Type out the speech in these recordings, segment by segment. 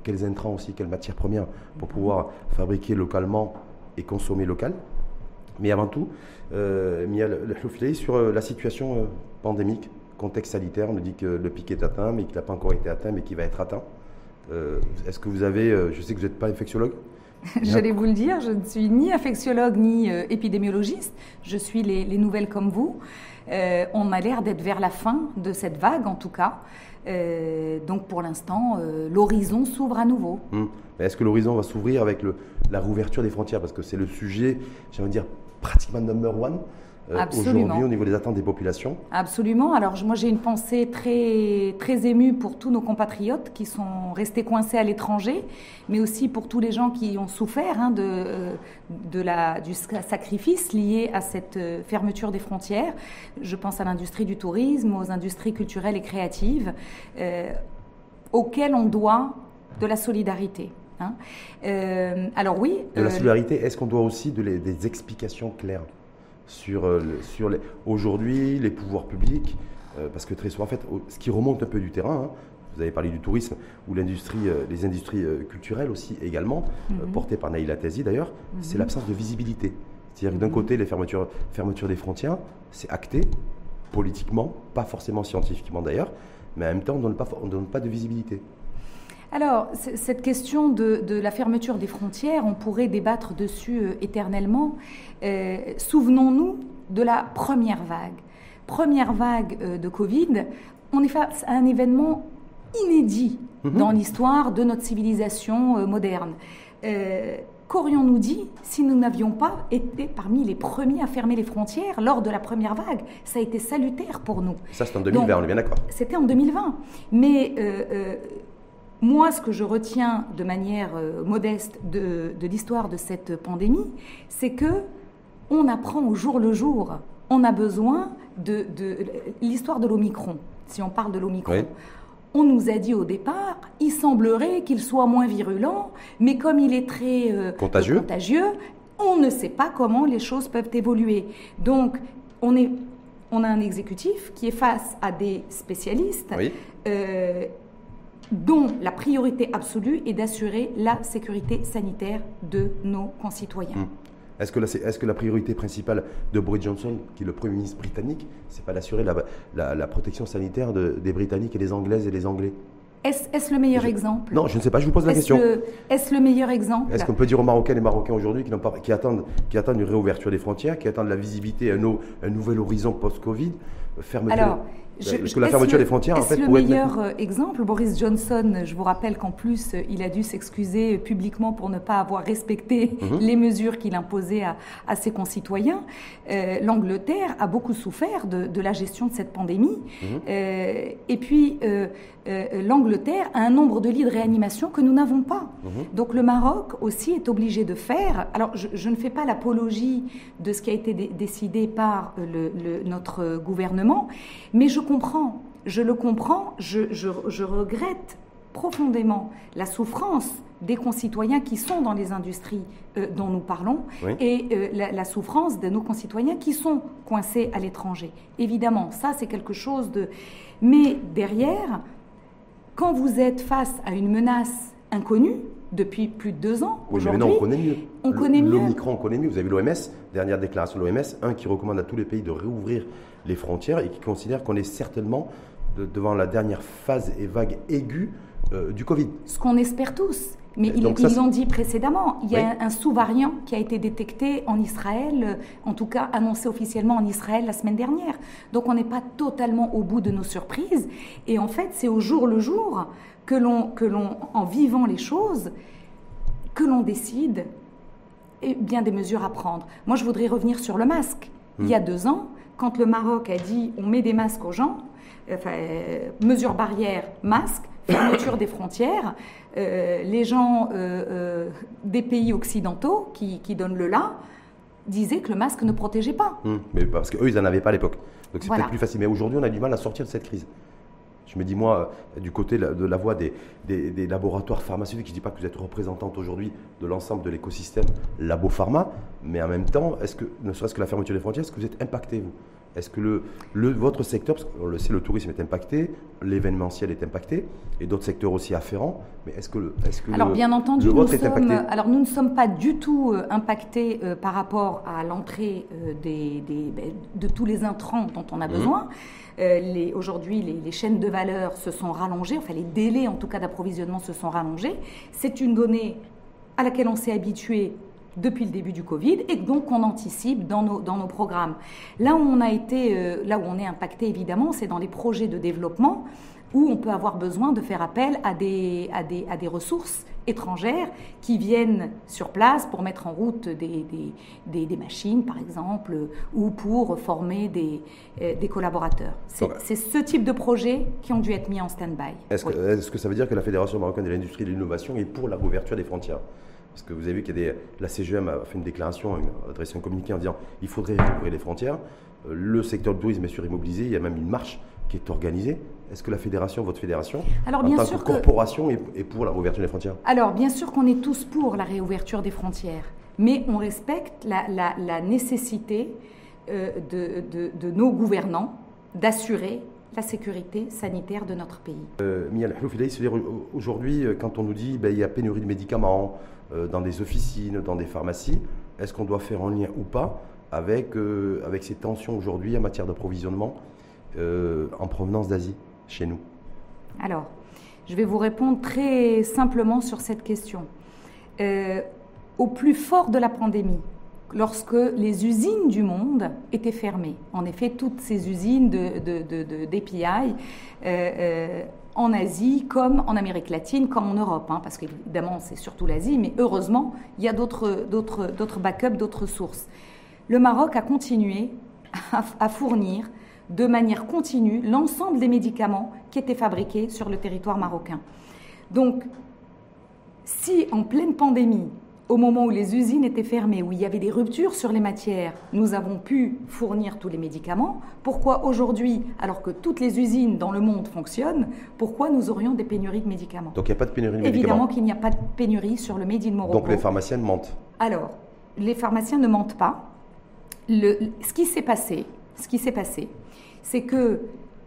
quels intrants aussi, quelles matières premières pour pouvoir fabriquer localement et consommer local. Mais avant tout, Mia Loufley, sur la situation pandémique, contexte sanitaire, on nous dit que le pic est atteint, mais qu'il n'a pas encore été atteint, mais qu'il va être atteint. Est-ce que vous avez, je sais que vous n'êtes pas infectiologue. J'allais vous le dire, je ne suis ni infectiologue ni épidémiologiste, je suis les nouvelles comme vous. On a l'air d'être vers la fin de cette vague en tout cas. Donc pour l'instant, l'horizon s'ouvre à nouveau. Mais est-ce que l'horizon va s'ouvrir avec la réouverture des frontières? Parce que c'est le sujet, j'allais dire, pratiquement number one aujourd'hui au niveau des attentes des populations. Absolument. Alors moi j'ai une pensée très, très émue pour tous nos compatriotes qui sont restés coincés à l'étranger, mais aussi pour tous les gens qui ont souffert du sacrifice lié à cette fermeture des frontières. Je pense à l'industrie du tourisme, aux industries culturelles et créatives, auxquelles on doit de la solidarité. Alors oui. De la solidarité, est-ce qu'on doit aussi des explications claires sur aujourd'hui les pouvoirs publics, parce que très souvent, en fait, ce qui remonte un peu du terrain, vous avez parlé du tourisme ou les industries culturelles aussi également, portées par Naïla Tazi d'ailleurs, c'est l'absence de visibilité. C'est-à-dire que d'un côté, les fermetures des frontières, c'est acté politiquement, pas forcément scientifiquement d'ailleurs, mais en même temps, on ne donne pas de visibilité. Alors, cette question de la fermeture des frontières, on pourrait débattre dessus éternellement. Souvenons-nous de la première vague. Première vague de Covid, on est face à un événement inédit dans l'histoire de notre civilisation moderne. Qu'aurions-nous dit si nous n'avions pas été parmi les premiers à fermer les frontières lors de la première vague? Ça a été salutaire pour nous. Ça, c'était en 2020, donc, on est bien d'accord. C'était en 2020. Mais moi, ce que je retiens de manière modeste de l'histoire de cette pandémie, c'est que on apprend au jour le jour. On a besoin de l'histoire de l'Omicron. Si on parle de l'Omicron, oui. On nous a dit au départ, il semblerait qu'il soit moins virulent, mais comme il est très contagieux, on ne sait pas comment les choses peuvent évoluer. Donc, on a un exécutif qui est face à des spécialistes, oui. Dont la priorité absolue est d'assurer la sécurité sanitaire de nos concitoyens. Est-ce que la priorité principale de Boris Johnson, qui est le Premier ministre britannique, c'est pas d'assurer la protection sanitaire des Britanniques et des Anglaises et des Anglais? Est-ce le meilleur exemple? Non, je ne sais pas, je vous pose la question. Est-ce le meilleur exemple? Est-ce qu'on peut dire aux Marocains et Marocains aujourd'hui qui attendent une réouverture des frontières, qui attendent la visibilité, un nouvel horizon post-Covid, parce que la fermeture des frontières, en fait, le meilleur exemple, Boris Johnson, je vous rappelle qu'en plus, il a dû s'excuser publiquement pour ne pas avoir respecté les mesures qu'il imposait à ses concitoyens. L'Angleterre a beaucoup souffert de la gestion de cette pandémie. Et puis, l'Angleterre a un nombre de lits de réanimation que nous n'avons pas. Donc, le Maroc aussi est obligé de faire. Alors, je ne fais pas l'apologie de ce qui a été décidé par notre gouvernement, mais je le comprends, je regrette profondément la souffrance des concitoyens qui sont dans les industries dont nous parlons, oui. Et la souffrance de nos concitoyens qui sont coincés à l'étranger. Évidemment, ça c'est quelque chose de... Mais derrière, quand vous êtes face à une menace inconnue, depuis plus de 2 ans, oui, aujourd'hui, mais maintenant on connaît mieux. L'Omicron, on connaît mieux. Vous avez l'OMS, dernière déclaration de l'OMS, qui recommande à tous les pays de réouvrir les frontières et qui considère qu'on est certainement devant la dernière phase et vague aiguë du Covid. Ce qu'on espère tous. Mais ils l'ont dit précédemment. Il y a un sous-variant qui a été détecté en Israël, en tout cas annoncé officiellement en Israël la semaine dernière. Donc on n'est pas totalement au bout de nos surprises. Et en fait, c'est au jour le jour que l'on, en vivant les choses, que l'on décide bien des mesures à prendre. Moi, je voudrais revenir sur le masque. Il y a 2 ans, quand le Maroc a dit on met des masques aux gens, mesures barrières, masques, fermeture des frontières, les gens des pays occidentaux qui donnent le là disaient que le masque ne protégeait pas. Mais parce qu'eux, ils n'en avaient pas à l'époque. Donc c'est peut-être plus facile. Mais aujourd'hui, on a du mal à sortir de cette crise. Je me dis, moi, du côté de la voix des laboratoires pharmaceutiques, je ne dis pas que vous êtes représentante aujourd'hui de l'ensemble de l'écosystème labo-pharma, mais en même temps, est-ce que, ne serait-ce que la fermeture des frontières, est-ce que vous êtes impacté, vous? Est-ce que votre secteur, parce qu'on le sait, le tourisme est impacté, l'événementiel est impacté, et d'autres secteurs aussi afférents, mais est-ce que alors, bien entendu, le vôtre est impacté? Alors, nous ne sommes pas du tout impactés par rapport à l'entrée de tous les intrants dont on a besoin. Aujourd'hui, les chaînes de valeur se sont rallongées, enfin les délais en tout cas d'approvisionnement se sont rallongés. C'est une donnée à laquelle on s'est habitué depuis le début du Covid et donc on anticipe dans nos programmes. Là où on est impacté évidemment, c'est dans les projets de développement où on peut avoir besoin de faire appel à des ressources étrangères qui viennent sur place pour mettre en route des machines, par exemple, ou pour former des collaborateurs. C'est ce type de projets qui ont dû être mis en stand-by. Est-ce que ça veut dire que la Fédération marocaine de l'industrie et de l'innovation est pour la réouverture des frontières? Parce que vous avez vu qu'il la CGM a fait une déclaration, a adressé un communiqué en disant qu'il faudrait rouvrir les frontières. Le secteur du tourisme est surimmobilisé, il y a même une marche qui est organisée. Est-ce que la fédération, votre fédération, alors, en tant que corporation, est pour la réouverture des frontières? Alors, bien sûr qu'on est tous pour la réouverture des frontières, mais on respecte la nécessité de nos gouvernants d'assurer la sécurité sanitaire de notre pays. Mia Al-Hloufi, c'est-à-dire aujourd'hui, quand on nous dit qu'il y a pénurie de médicaments dans des officines, dans des pharmacies, est-ce qu'on doit faire un lien ou pas avec ces tensions aujourd'hui en matière d'approvisionnement en provenance d'Asie, chez nous? Alors, je vais vous répondre très simplement sur cette question. Au plus fort de la pandémie, lorsque les usines du monde étaient fermées, en effet, toutes ces usines d'API en Asie, comme en Amérique latine, comme en Europe, parce qu'évidemment, c'est surtout l'Asie, mais heureusement, il y a d'autres backups, d'autres sources. Le Maroc a continué à fournir de manière continue l'ensemble des médicaments qui étaient fabriqués sur le territoire marocain. Donc, si en pleine pandémie, au moment où les usines étaient fermées, où il y avait des ruptures sur les matières, nous avons pu fournir tous les médicaments, pourquoi aujourd'hui, alors que toutes les usines dans le monde fonctionnent, pourquoi nous aurions des pénuries de médicaments? Donc il n'y a pas de pénurie de médicaments? Évidemment qu'il n'y a pas de pénurie sur le Made in Morocco. Donc les pharmaciens mentent? Alors, les pharmaciens ne mentent pas. Ce qui s'est passé, c'est que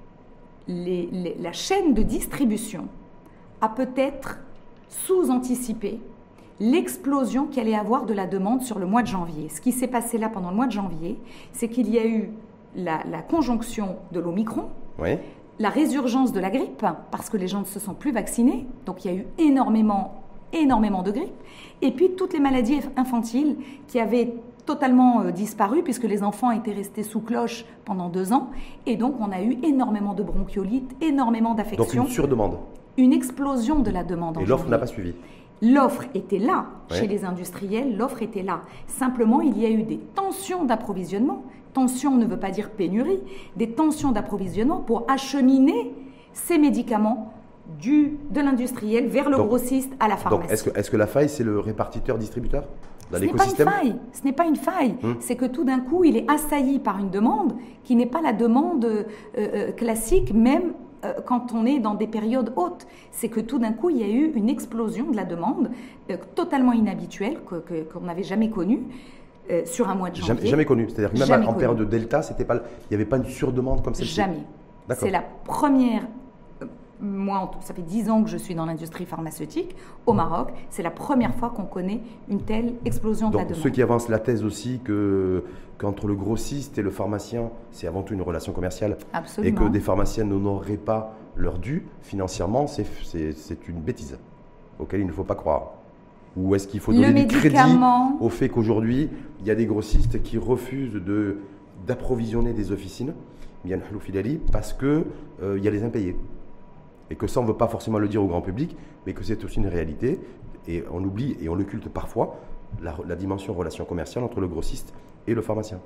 la chaîne de distribution a peut-être sous-anticipé l'explosion qu'il allait avoir de la demande sur le mois de janvier. Ce qui s'est passé là pendant le mois de janvier, c'est qu'il y a eu la conjonction de l'Omicron, oui, la résurgence de la grippe, parce que les gens ne se sont plus vaccinés, donc il y a eu énormément de grippe, et puis toutes les maladies infantiles qui avaient totalement disparu puisque les enfants étaient restés sous cloche pendant 2 ans, et donc on a eu énormément de bronchiolite, énormément d'affections. Donc une surdemande. Une explosion de la demande. Et l'offre n'a pas suivi. L'offre était là, chez les industriels, l'offre était là. Simplement, il y a eu des tensions d'approvisionnement. Tension ne veut pas dire pénurie, des tensions d'approvisionnement pour acheminer ces médicaments de l'industriel vers le grossiste à la pharmacie. Donc, est-ce que la faille, c'est le répartiteur-distributeur dans l'écosystème? Ce n'est pas une faille. C'est que tout d'un coup, il est assailli par une demande qui n'est pas la demande classique, même quand on est dans des périodes hautes. C'est que tout d'un coup, il y a eu une explosion de la demande totalement inhabituelle, qu'on n'avait jamais connue sur un mois de janvier. Jamais connue. C'est-à-dire que même en période de delta, il n'y avait pas une surdemande comme celle-ci? Jamais. C'est la première... Moi, ça fait 10 ans que je suis dans l'industrie pharmaceutique au Maroc. C'est la première fois qu'on connaît une telle explosion de la demande. Ceux qui avancent la thèse aussi qu'entre le grossiste et le pharmacien, c'est avant tout une relation commerciale. Absolument. Et que des pharmaciens n'honoreraient pas leur dû financièrement, c'est une bêtise auquel il ne faut pas croire. Ou est-ce qu'il faut donner du crédit au fait qu'aujourd'hui, il y a des grossistes qui refusent d'approvisionner des officines, Mia Al-Hloufi, parce qu'il y a les impayés? Et que ça, on ne veut pas forcément le dire au grand public, mais que c'est aussi une réalité. Et on oublie, et on l'occulte parfois, la dimension relation commerciale entre le grossiste et le pharmacien.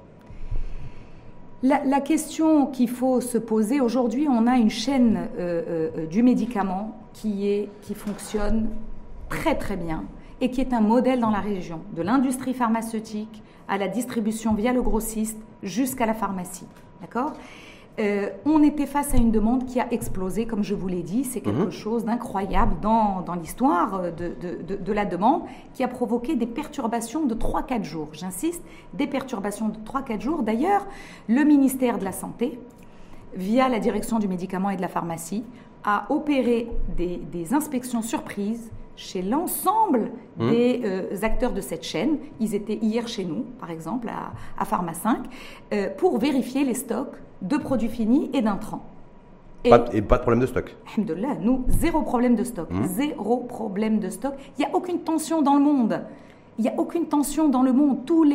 La question qu'il faut se poser, aujourd'hui, on a une chaîne du médicament qui fonctionne très très bien et qui est un modèle dans la région, de l'industrie pharmaceutique à la distribution via le grossiste jusqu'à la pharmacie. D'accord ? On était face à une demande qui a explosé, comme je vous l'ai dit. C'est quelque chose d'incroyable dans l'histoire de la demande, qui a provoqué des perturbations de 3-4 jours. J'insiste, des perturbations de 3-4 jours. D'ailleurs, le ministère de la Santé, via la direction du médicament et de la pharmacie, a opéré des inspections surprises chez l'ensemble des acteurs de cette chaîne. Ils étaient hier chez nous, par exemple, à Pharma 5, pour vérifier les stocks de produits finis et d'intrants. Et pas de problème de stock. Alhamdoulilah, nous, zéro problème de stock. Zéro problème de stock. Il n'y a aucune tension dans le monde. Il n'y a aucune tension dans le monde. Toutes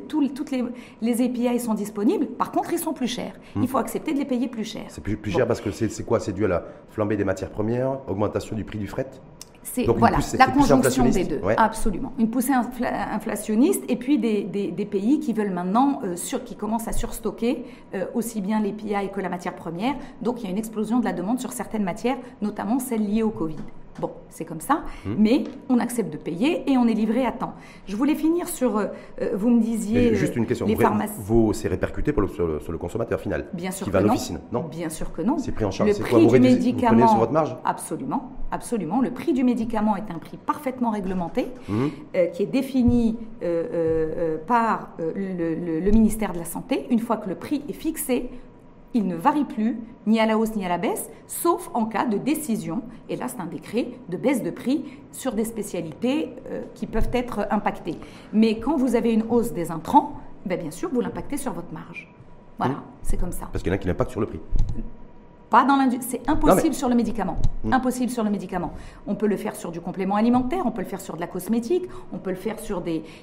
les API sont disponibles. Par contre, ils sont plus chers. Il faut accepter de les payer plus cher. C'est plus cher parce que c'est quoi? C'est dû à la flambée des matières premières, augmentation du prix du fret? C'est voilà, la conjonction des deux, absolument. Une poussée inflationniste et puis des pays qui veulent maintenant, qui commencent à surstocker aussi bien les PI que la matière première. Donc il y a une explosion de la demande sur certaines matières, notamment celles liées au Covid. Bon, c'est comme ça, mais on accepte de payer et on est livré à temps. Je voulais finir sur, vous me disiez... Juste une question, c'est répercuté sur le consommateur final bien sûr qui va à non. l'officine, non? Bien sûr que non. C'est pris en charge. Le prix du médicament... Vous prenez sur votre marge? Absolument, absolument. Le prix du médicament est un prix parfaitement réglementé, qui est défini par le ministère de la Santé. Une fois que le prix est fixé, il ne varie plus, ni à la hausse ni à la baisse, sauf en cas de décision, et là c'est un décret, de baisse de prix sur des spécialités qui peuvent être impactées. Mais quand vous avez une hausse des intrants, bien sûr, vous l'impactez sur votre marge. Voilà, c'est comme ça. Parce qu'il y en a qui l'impactent sur le prix. Pas dans l'industrie, c'est impossible sur le médicament. Impossible sur le médicament. On peut le faire sur du complément alimentaire, on peut le faire sur de la cosmétique, on peut le faire sur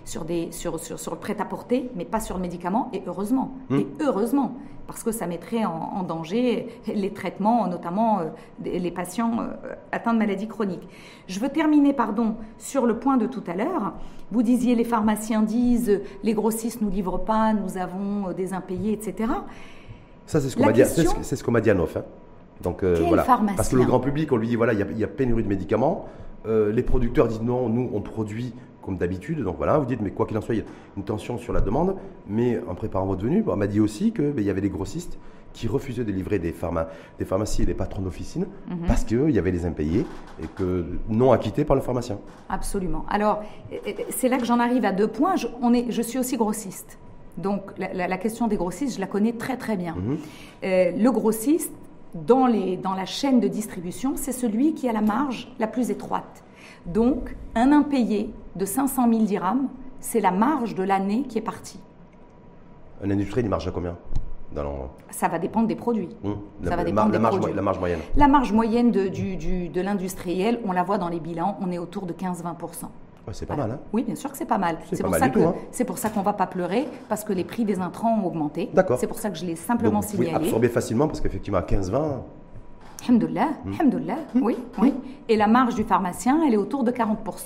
le prêt-à-porter, mais pas sur le médicament. Et heureusement, parce que ça mettrait en danger les traitements, notamment les patients atteints de maladies chroniques. Je veux terminer, sur le point de tout à l'heure. Vous disiez, les pharmaciens disent, les grossistes nous livrent pas, nous avons des impayés, etc. Ça, c'est ce qu'on m'a dit, c'est ce qu'on m'a dit à Nof. Donc, voilà. Parce que le grand public, on lui dit, voilà, il y a pénurie de médicaments. Les producteurs disent non, nous, on produit comme d'habitude. Donc voilà, vous dites, mais quoi qu'il en soit, il y a une tension sur la demande. Mais en préparant votre venue, on m'a dit aussi qu'il y avait des grossistes qui refusaient de livrer des pharmacies et des patrons d'officine parce qu'il y avait les impayés et que non acquittés par le pharmacien. Absolument. Alors, c'est là que j'en arrive à 2 points. Je suis aussi grossiste. Donc, la question des grossistes, je la connais très très bien. Le grossiste, dans la chaîne de distribution, c'est celui qui a la marge la plus étroite. Donc, un impayé de 500 000 dirhams, c'est la marge de l'année qui est partie. Un industriel, il marge à combien Ça va dépendre des produits. La marge moyenne. La marge moyenne de l'industriel, on la voit dans les bilans, on est autour de 15-20%. Ouais, c'est pas mal, hein? Oui, bien sûr que c'est pas mal. C'est pour ça qu'on ne va pas pleurer, parce que les prix des intrants ont augmenté. D'accord. C'est pour ça que je l'ai simplement signalé. Vous pouvez absorber facilement, parce qu'effectivement, à 15-20... Alhamdoulilah, oui. Et la marge du pharmacien, elle est autour de 40%.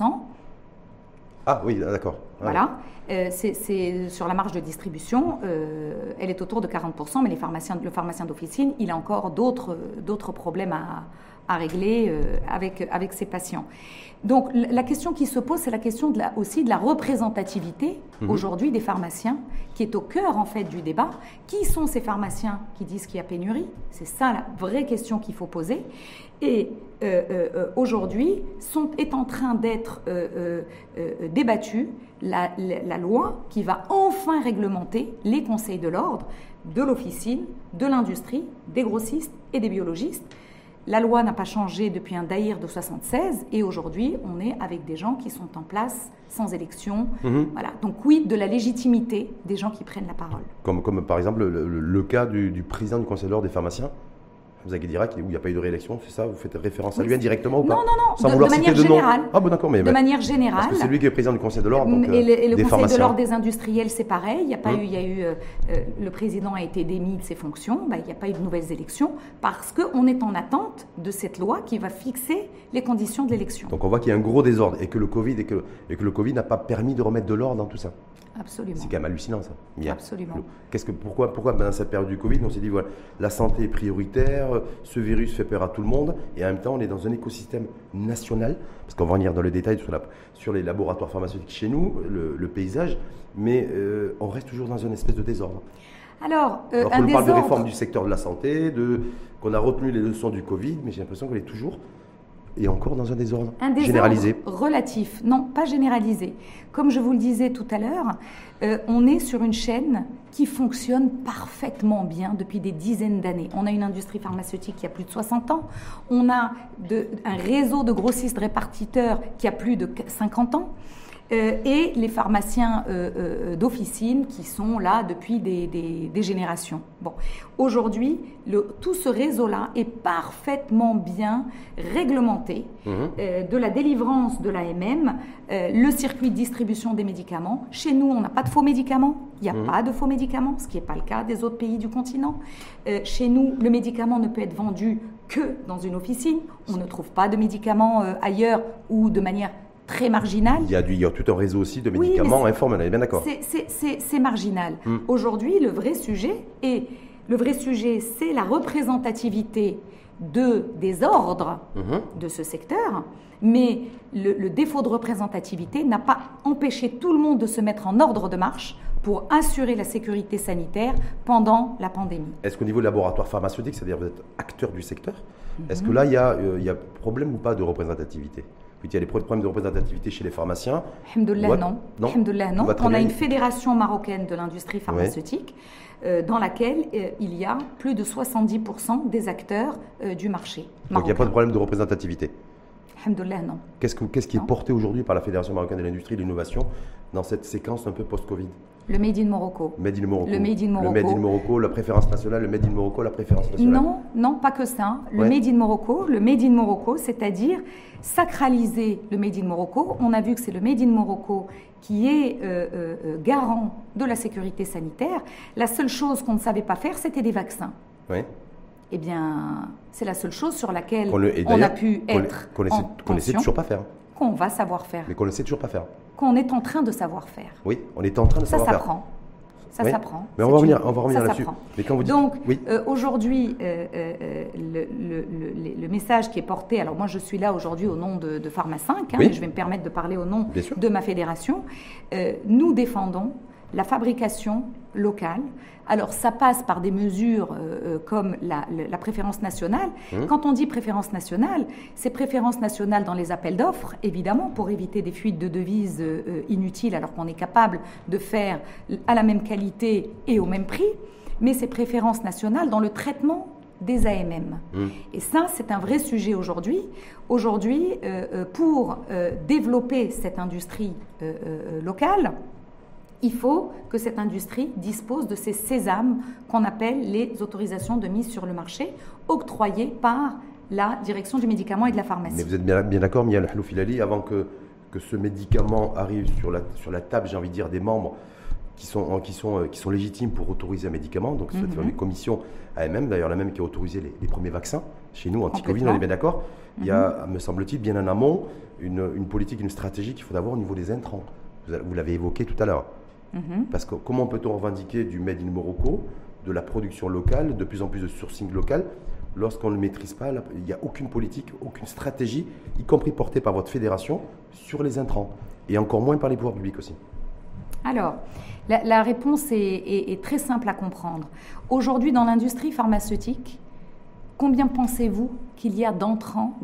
Ah oui, d'accord. Voilà. C'est sur la marge de distribution, elle est autour de 40%, mais le pharmacien d'officine, il a encore d'autres problèmes à régler avec ses patients. Donc la question qui se pose, c'est la question aussi de la représentativité aujourd'hui des pharmaciens, qui est au cœur en fait du débat. Qui sont ces pharmaciens qui disent qu'il y a pénurie? C'est ça la vraie question qu'il faut poser. Et aujourd'hui est en train d'être débattue la loi qui va enfin réglementer les conseils de l'ordre de l'officine, de l'industrie, des grossistes et des biologistes. La loi n'a pas changé depuis un daïr de 76 et aujourd'hui, on est avec des gens qui sont en place sans élection. Voilà. Donc oui, de la légitimité des gens qui prennent la parole. Comme par exemple le cas du président du conseil de l'ordre des pharmaciens, Zaghi Dirak, où il n'y a pas eu de réélection, c'est ça? Vous faites référence à lui indirectement ou pas? Non, sans vouloir de manière citer de nom. générale. Ah bon, d'accord, mais de manière générale. Parce que c'est lui qui est président du conseil de l'ordre, donc et le des conseil pharmaciens. de l'ordre des industriels, c'est pareil. Il y a pas eu, le président a été démis de ses fonctions. Il n'y a pas eu de nouvelles élections parce qu'on est en attente de cette loi qui va fixer les conditions de l'élection. Donc on voit qu'il y a un gros désordre et que le Covid n'a pas permis de remettre de l'ordre dans tout ça. Absolument. C'est quand même hallucinant, ça. Absolument. Pourquoi dans cette période du Covid, on s'est dit, voilà, la santé est prioritaire, ce virus fait peur à tout le monde, et en même temps, on est dans un écosystème national, parce qu'on va revenir dans le détail sur les laboratoires pharmaceutiques chez nous, le paysage, mais on reste toujours dans une espèce de désordre. Alors, Alors qu'on nous parle de réforme du secteur de la santé, qu'on a retenu les leçons du Covid, mais j'ai l'impression qu'on est toujours et encore dans un désordre généralisé. Relatif, non, pas généralisé. Comme je vous le disais tout à l'heure, on est sur une chaîne qui fonctionne parfaitement bien depuis des dizaines d'années. On a une industrie pharmaceutique qui a plus de 60 ans, on a un réseau de grossistes répartiteurs qui a plus de 50 ans, et les pharmaciens d'officine qui sont là depuis des générations. Bon, aujourd'hui, tout ce réseau-là est parfaitement bien réglementé, de la délivrance de l'AMM, le circuit de distribution des médicaments. Chez nous, on n'a pas de faux médicaments, il n'y a pas de faux médicaments, ce qui n'est pas le cas des autres pays du continent. Chez nous, le médicament ne peut être vendu que dans une officine, on ne trouve pas de médicaments ailleurs ou de manière très marginal. Il y a tout un réseau aussi de médicaments informels, on est bien d'accord. C'est marginal. Aujourd'hui, le vrai sujet, c'est la représentativité des ordres de ce secteur, mais le défaut de représentativité n'a pas empêché tout le monde de se mettre en ordre de marche pour assurer la sécurité sanitaire pendant la pandémie. Est-ce qu'au niveau des laboratoires pharmaceutiques, c'est-à-dire vous êtes acteur du secteur, est-ce que là, il y a problème ou pas de représentativité ? Il y a des problèmes de représentativité chez les pharmaciens. Alhamdoulilah, non. Alhamdoulilah, non. On a une fédération marocaine de l'industrie pharmaceutique dans laquelle il y a plus de 70% des acteurs du marché marocain. Donc il n'y a pas de problème de représentativité. Alhamdoulilah, non. Qu'est-ce qui est porté aujourd'hui par la Fédération marocaine de l'industrie et de l'innovation dans cette séquence un peu post-Covid ? Le Made in Morocco. Made in Morocco. Le Made in Morocco. Le Made in Morocco, la préférence nationale, le Made in Morocco, la préférence nationale. Non, non, pas que ça. Le Made in Morocco, c'est-à-dire sacraliser le Made in Morocco. On a vu que c'est le Made in Morocco qui est garant de la sécurité sanitaire. La seule chose qu'on ne savait pas faire, c'était des vaccins. Oui. Eh bien, c'est la seule chose sur laquelle on a pu être qu'on ne sait toujours pas faire. Qu'on va savoir faire. Mais qu'on ne sait toujours pas faire. Qu'on est en train de savoir faire. Oui, on est en train de savoir faire. Ça s'apprend. Mais on va revenir là-dessus. Mais quand vous dites, donc, aujourd'hui, le message qui est porté, alors moi je suis là aujourd'hui au nom de Pharma5, mais je vais me permettre de parler au nom de ma fédération. Nous défendons la fabrication locale. Alors ça passe par des mesures comme la préférence nationale. Quand on dit préférence nationale, c'est préférence nationale dans les appels d'offres, évidemment, pour éviter des fuites de devises inutiles alors qu'on est capable de faire à la même qualité et au même prix, mais c'est préférence nationale dans le traitement des AMM. Et ça, c'est un vrai sujet aujourd'hui. Aujourd'hui, pour développer cette industrie locale, il faut que cette industrie dispose de ces sésames qu'on appelle les autorisations de mise sur le marché, octroyées par la direction du médicament et de la pharmacie. Mais vous êtes bien d'accord, Mia Halouf Hilali, avant que ce médicament arrive sur la table, j'ai envie de dire, des membres qui sont légitimes pour autoriser un médicament, donc cette fameuse commission AMM, d'ailleurs la même qui a autorisé les premiers vaccins, chez nous, anti-Covid, on est bien d'accord. Il y a, me semble-t-il, bien en amont, une politique, une stratégie qu'il faut avoir au niveau des intrants. Vous l'avez évoqué tout à l'heure. Parce que comment peut-on revendiquer du Made in Morocco, de la production locale, de plus en plus de sourcing local, lorsqu'on ne le maîtrise pas? Il n'y a aucune politique, aucune stratégie, y compris portée par votre fédération, sur les intrants, et encore moins par les pouvoirs publics aussi. Alors, la réponse est très simple à comprendre. Aujourd'hui, dans l'industrie pharmaceutique, combien pensez-vous qu'il y a d'intrants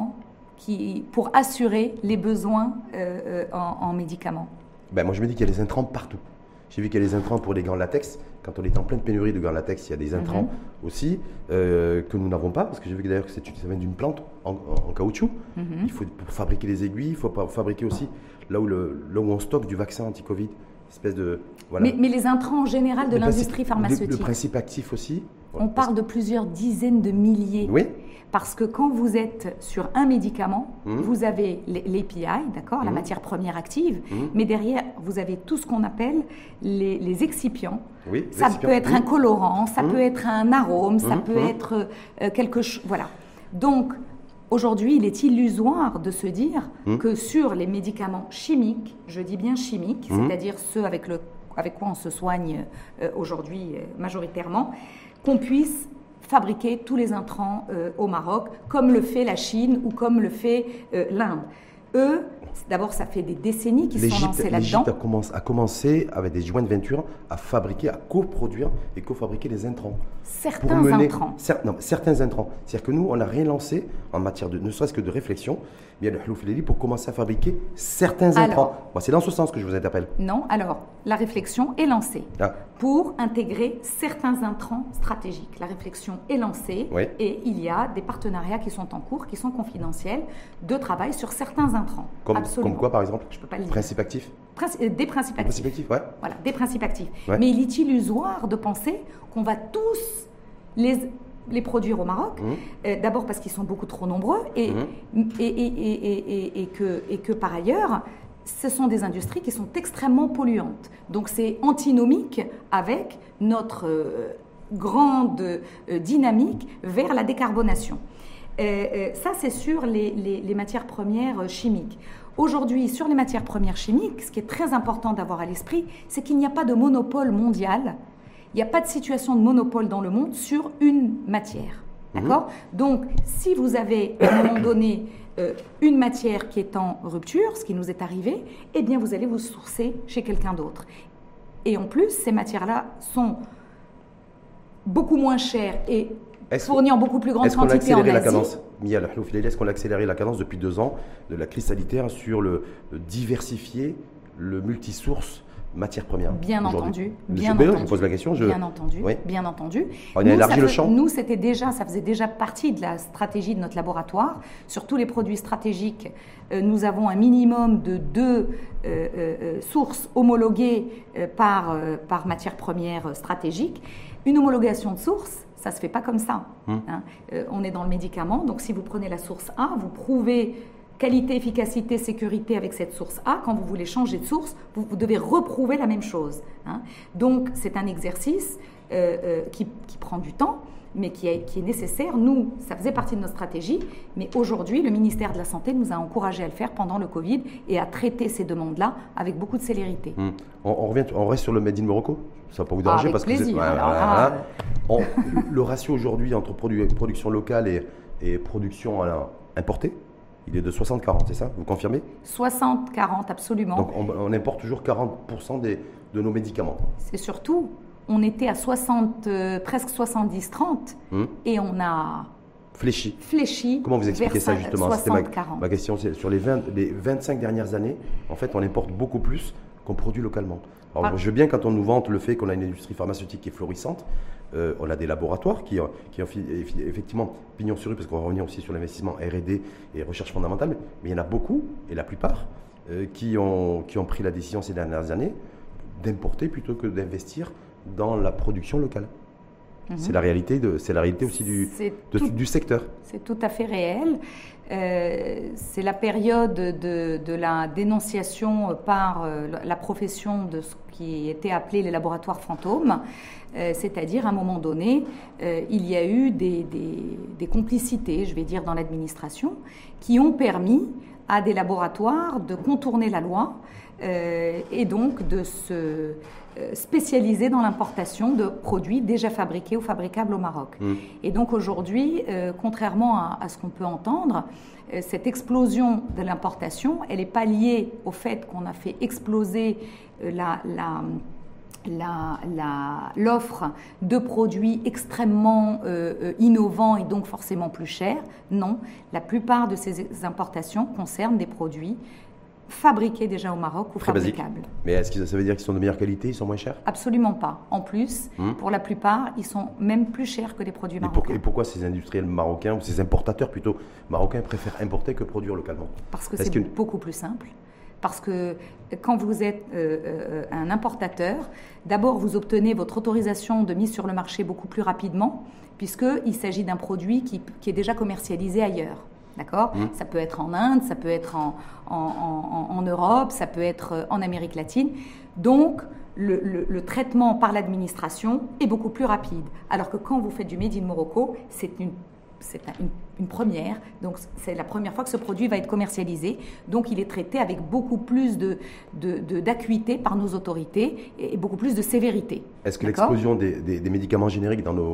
pour assurer les besoins en médicaments? Moi, je me dis qu'il y a des intrants partout. J'ai vu qu'il y a des intrants pour les gants latex. Quand on est en pleine pénurie de gants latex, il y a des intrants aussi que nous n'avons pas, parce que j'ai vu que d'ailleurs ça vient d'une plante en caoutchouc. Il faut pour fabriquer les aiguilles, il faut fabriquer aussi là où on stocke du vaccin anti-Covid. Espèce de, voilà. Mais les intrants en général de l'industrie pharmaceutique. Le principe actif aussi. On parle de plusieurs dizaines de milliers. Oui. Parce que quand vous êtes sur un médicament, vous avez l'API, d'accord, la matière première active, mais derrière, vous avez tout ce qu'on appelle les excipients. Oui, ça peut être un colorant, ça peut être un arôme, ça peut être quelque chose. Voilà. Donc, aujourd'hui, il est illusoire de se dire que sur les médicaments chimiques, je dis bien chimiques, c'est-à-dire ceux avec quoi on se soigne aujourd'hui majoritairement, qu'on puisse fabriquer tous les intrants au Maroc, comme le fait la Chine ou comme le fait l'Inde. eux, d'abord, ça fait des décennies qu'ils sont lancés là-dedans. L'Égypte a commencé avec des joint ventures à fabriquer, à coproduire et cofabriquer les intrants. Certains intrants. Certains intrants. C'est-à-dire que nous, on n'a rien lancé en matière de, ne serait-ce que de réflexion, mais le Halouf Leli pour commencer à fabriquer certains intrants. C'est dans ce sens que je vous interpelle. Non, alors, la réflexion est lancée pour intégrer certains intrants stratégiques. La réflexion est lancée et il y a des partenariats qui sont en cours, qui sont confidentiels, de travail sur certains intrants. Comme quoi, par exemple? Je peux pas le dire. Principes actifs? Des principes actifs. Voilà, des principes actifs. Ouais. Mais il est illusoire de penser qu'on va tous les produire au Maroc. D'abord parce qu'ils sont beaucoup trop nombreux et que par ailleurs, ce sont des industries qui sont extrêmement polluantes. Donc c'est antinomique avec notre grande dynamique vers la décarbonation. Ça, c'est sur les matières premières chimiques. Aujourd'hui, sur les matières premières chimiques, ce qui est très important d'avoir à l'esprit, c'est qu'il n'y a pas de monopole mondial. Il n'y a pas de situation de monopole dans le monde sur une matière. D'accord ? Donc, si vous avez à un moment donné une matière qui est en rupture, ce qui nous est arrivé, eh bien, vous allez vous sourcer chez quelqu'un d'autre. Et en plus, ces matières-là sont beaucoup moins chères et fournies en beaucoup plus grande quantité en Asie. Est-ce qu'on a accéléré la cadence depuis 2 ans de la crise sanitaire sur le diversifier, le multisource matières premières? Bien entendu. Je vous pose la question. Bien entendu. Oui. Bien entendu. On a élargi le champ. Nous, ça faisait déjà partie de la stratégie de notre laboratoire. Sur tous les produits stratégiques, nous avons un minimum de 2 sources homologuées par matière première stratégique. Une homologation de source, ça ne se fait pas comme ça. On est dans le médicament, donc si vous prenez la source A, vous prouvez qualité, efficacité, sécurité avec cette source A. Quand vous voulez changer de source, vous devez reprouver la même chose. Donc c'est un exercice qui prend du temps, mais qui est nécessaire. Nous, ça faisait partie de notre stratégie, mais aujourd'hui, le ministère de la Santé nous a encouragés à le faire pendant le Covid et à traiter ces demandes-là avec beaucoup de célérité. On reste sur le Made in Morocco? Ça va pas vous déranger avec parce plaisir. Le ratio aujourd'hui entre production locale et production importée, il est de 60-40, c'est ça? Vous confirmez? 60-40, absolument. Donc on importe toujours 40% de nos médicaments. C'est surtout, on était à presque 70-30 et on a fléchi. Comment vous expliquez ça justement? 60-40. Ma question, c'est sur les 25 dernières années, en fait, on importe beaucoup plus qu'on produit localement. Alors, je veux bien quand on nous vante le fait qu'on a une industrie pharmaceutique qui est florissante, on a des laboratoires qui ont effectivement pignon sur rue, parce qu'on va revenir aussi sur l'investissement R&D et recherche fondamentale, mais il y en a beaucoup, et la plupart, qui ont pris la décision ces dernières années d'importer plutôt que d'investir dans la production locale. C'est la réalité aussi du secteur. C'est tout à fait réel. C'est la période de la dénonciation par la profession de ce qui était appelé les laboratoires fantômes. C'est-à-dire, à un moment donné, il y a eu des complicités, je vais dire, dans l'administration, qui ont permis à des laboratoires de contourner la loi et donc de se spécialisé dans l'importation de produits déjà fabriqués ou fabricables au Maroc. Et donc aujourd'hui, contrairement à ce qu'on peut entendre, cette explosion de l'importation, elle n'est pas liée au fait qu'on a fait exploser l'offre de produits extrêmement innovants et donc forcément plus chers. Non, la plupart de ces importations concernent des produits fabriqués déjà au Maroc ou très fabricables. Basique. Mais est-ce que ça veut dire qu'ils sont de meilleure qualité, ils sont moins chers? Absolument pas. En plus, pour la plupart, ils sont même plus chers que des produits marocains. Et pourquoi ces industriels marocains, ou ces importateurs plutôt marocains, préfèrent importer que produire localement? Parce que c'est beaucoup plus simple. Parce que quand vous êtes un importateur, d'abord vous obtenez votre autorisation de mise sur le marché beaucoup plus rapidement, puisqu'il s'agit d'un produit qui est déjà commercialisé ailleurs. D'accord ? Ça peut être en Inde, ça peut être en Europe, ça peut être en Amérique latine. Donc, le traitement par l'administration est beaucoup plus rapide. Alors que quand vous faites du Made in Morocco, c'est une première. Donc, c'est la première fois que ce produit va être commercialisé. Donc, il est traité avec beaucoup plus d'acuité par nos autorités et beaucoup plus de sévérité. Est-ce que l'explosion des médicaments génériques dans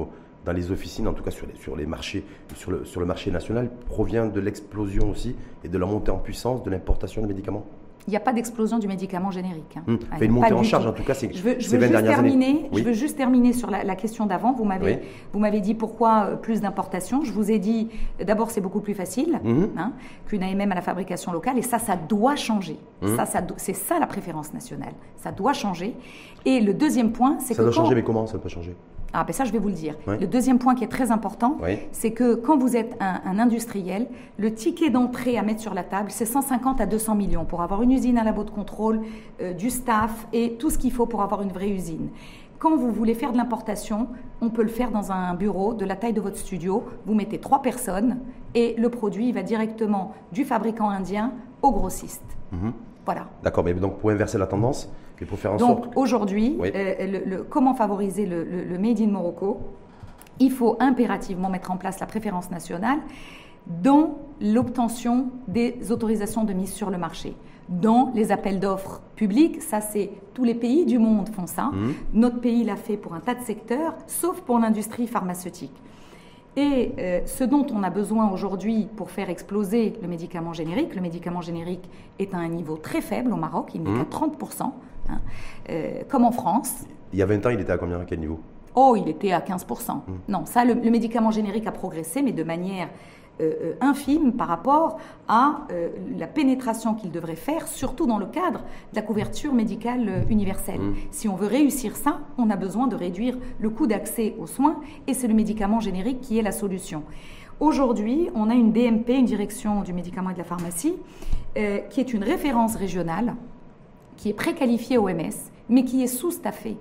dans les officines, en tout cas sur les marchés, sur le marché national, provient de l'explosion aussi et de la montée en puissance de l'importation de médicaments? Il n'y a pas d'explosion du médicament générique. Fait une montée en charge, en tout cas, ces 20 dernières années. Je veux juste terminer sur la question d'avant. Vous m'avez dit pourquoi plus d'importations. Je vous ai dit, d'abord, c'est beaucoup plus facile qu'une AMM à la fabrication locale. Et ça doit changer. C'est ça la préférence nationale. Ça doit changer. Et le deuxième point, c'est que... Ça doit changer, mais comment ça peut changer? Ah ben ça, je vais vous le dire. Oui. Le deuxième point qui est très important, c'est que quand vous êtes un industriel, le ticket d'entrée à mettre sur la table, c'est 150 à 200 millions pour avoir une usine, un labo de contrôle, du staff et tout ce qu'il faut pour avoir une vraie usine. Quand vous voulez faire de l'importation, on peut le faire dans un bureau de la taille de votre studio. Vous mettez 3 personnes et le produit va directement du fabricant indien au grossiste. Voilà. D'accord, mais donc pour inverser la tendance et pour faire en sorte... Donc aujourd'hui, comment favoriser le Made in Morocco? Il faut impérativement mettre en place la préférence nationale dans l'obtention des autorisations de mise sur le marché. Dans les appels d'offres publics, ça c'est tous les pays du monde font ça. Notre pays l'a fait pour un tas de secteurs, sauf pour l'industrie pharmaceutique. Et ce dont on a besoin aujourd'hui pour faire exploser le médicament générique est à un niveau très faible au Maroc, il n'est qu'à 30%, comme en France. Il y a 20 ans, il était à combien, à quel niveau? Oh, il était à 15%. Non, ça, le médicament générique a progressé, mais de manière infime par rapport à la pénétration qu'il devrait faire, surtout dans le cadre de la couverture médicale universelle. Si on veut réussir ça, on a besoin de réduire le coût d'accès aux soins et c'est le médicament générique qui est la solution. Aujourd'hui, on a une DMP, une direction du médicament et de la pharmacie, qui est une référence régionale, qui est préqualifiée OMS, mais qui est sous-staffée.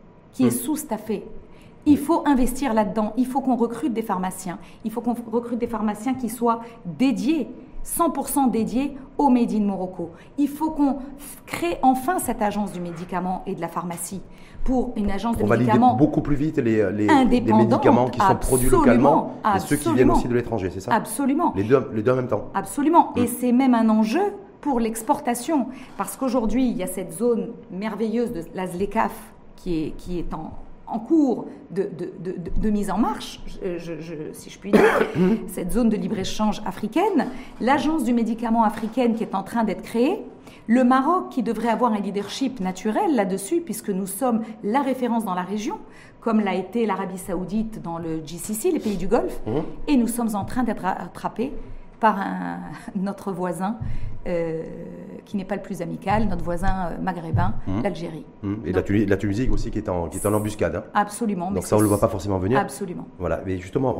Il faut investir là-dedans. Il faut qu'on recrute des pharmaciens. Il faut qu'on recrute des pharmaciens qui soient dédiés, 100% dédiés au Made in Morocco. Il faut qu'on crée enfin cette agence du médicament et de la pharmacie pour une agence de médicaments. On va beaucoup plus vite les médicaments qui sont produits localement et ceux qui viennent aussi de l'étranger, c'est ça? Absolument. Les deux en même temps. Absolument. Et c'est même un enjeu pour l'exportation. Parce qu'aujourd'hui, il y a cette zone merveilleuse de la ZLECAf qui est en cours de mise en marche, si je puis dire, cette zone de libre-échange africaine, l'agence du médicament africaine qui est en train d'être créée, le Maroc qui devrait avoir un leadership naturel là-dessus, puisque nous sommes la référence dans la région, comme l'a été l'Arabie Saoudite dans le GCC, les pays du Golfe, et nous sommes en train d'être rattrapés par notre voisin qui n'est pas le plus amical, notre voisin maghrébin, l'Algérie. Et donc, la Tunisie aussi qui est en embuscade. Hein. Absolument. Donc ça, on ne le voit pas forcément venir. Absolument. Voilà, mais justement,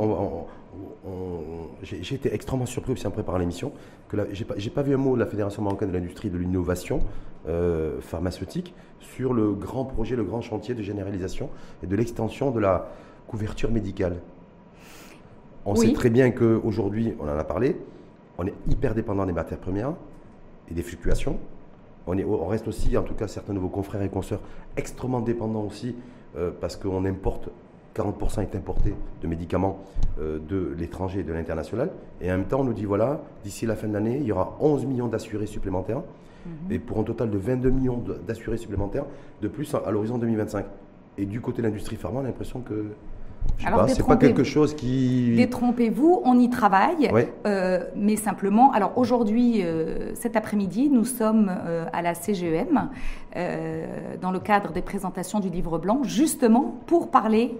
j'ai été extrêmement surpris aussi en préparant l'émission, que j'ai pas vu un mot de la Fédération marocaine de l'industrie de l'innovation pharmaceutique sur le grand projet, le grand chantier de généralisation et de l'extension de la couverture médicale. On sait très bien qu'aujourd'hui, on en a parlé, on est hyper dépendant des matières premières et des fluctuations. On reste aussi, en tout cas certains de vos confrères et consoeurs, extrêmement dépendants aussi parce qu'on importe, 40% est importé de médicaments de l'étranger et de l'international. Et en même temps, on nous dit, voilà, d'ici la fin de l'année, il y aura 11 millions d'assurés supplémentaires et pour un total de 22 millions d'assurés supplémentaires de plus à l'horizon 2025. Et du côté de l'industrie pharma, on a l'impression que... c'est pas quelque chose qui... Détrompez-vous, on y travaille, mais simplement... Alors aujourd'hui, cet après-midi, nous sommes à la CGEM, dans le cadre des présentations du livre blanc, justement pour parler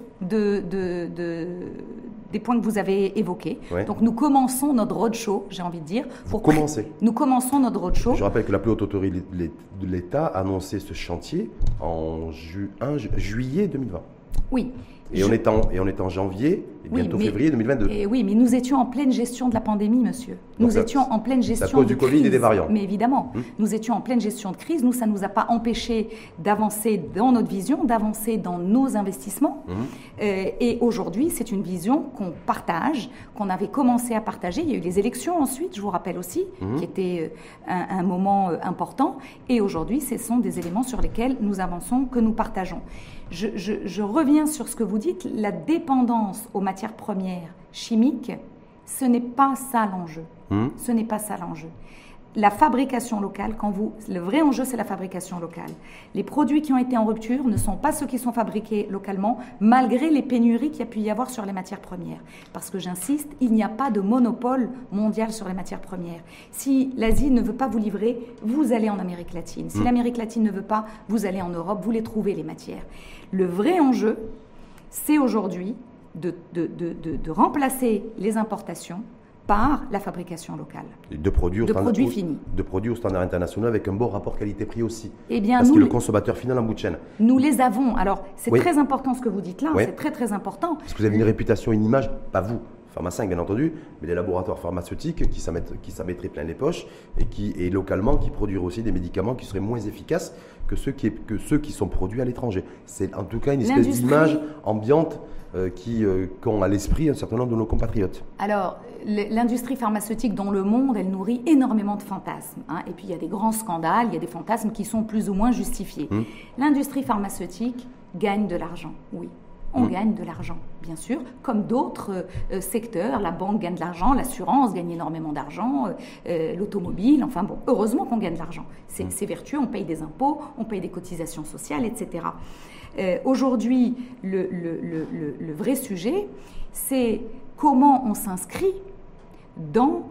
des points que vous avez évoqués. Donc nous commençons notre roadshow, j'ai envie de dire. Nous commençons notre roadshow. Je rappelle que la plus haute autorité de l'État a annoncé ce chantier en juillet 2020. Oui. Et on est en janvier, et bientôt février 2022. Et oui, mais nous étions en pleine gestion de la pandémie, monsieur. Nous étions en pleine gestion de crise. À cause du Covid et des variants. Mais évidemment, nous étions en pleine gestion de crise. Nous, ça ne nous a pas empêché d'avancer dans notre vision, d'avancer dans nos investissements. Et aujourd'hui, c'est une vision qu'on partage, qu'on avait commencé à partager. Il y a eu les élections ensuite, je vous rappelle aussi, qui était un moment important. Et aujourd'hui, ce sont des éléments sur lesquels nous avançons, que nous partageons. Je reviens sur ce que vous dites, la dépendance aux matières premières chimiques, ce n'est pas ça l'enjeu. Ce n'est pas ça l'enjeu. la fabrication locale, le vrai enjeu, c'est la fabrication locale. Les produits qui ont été en rupture ne sont pas ceux qui sont fabriqués localement, malgré les pénuries qu'il y a pu y avoir sur les matières premières. Parce que j'insiste, il n'y a pas de monopole mondial sur les matières premières. Si l'Asie ne veut pas vous livrer, vous allez en Amérique latine. Si l'Amérique latine ne veut pas, vous allez en Europe, vous les trouvez, les matières. Le vrai enjeu, c'est aujourd'hui de remplacer les importations par la fabrication locale. De produits finis. De produits au standard international avec un bon rapport qualité-prix aussi. Eh bien, parce que le consommateur final en bout de chaîne. Nous les avons. Alors, c'est très important ce que vous dites là, c'est très très important. Parce que vous avez une réputation, une image, pas vous, Pharma5 bien entendu, mais les laboratoires pharmaceutiques qui s'en mettraient plein les poches et localement qui produiraient aussi des médicaments qui seraient moins efficaces que ceux qui sont produits à l'étranger. C'est en tout cas une espèce d'image ambiante qu'ont à l'esprit un certain nombre de nos compatriotes. Alors, l'industrie pharmaceutique dans le monde, elle nourrit énormément de fantasmes. Et puis, il y a des grands scandales, il y a des fantasmes qui sont plus ou moins justifiés. L'industrie pharmaceutique gagne de l'argent, oui. On gagne de l'argent, bien sûr, comme d'autres secteurs. La banque gagne de l'argent, l'assurance gagne énormément d'argent, l'automobile, enfin bon, heureusement qu'on gagne de l'argent. C'est vertueux, on paye des impôts, on paye des cotisations sociales, etc. Aujourd'hui, le vrai sujet, c'est comment on s'inscrit dans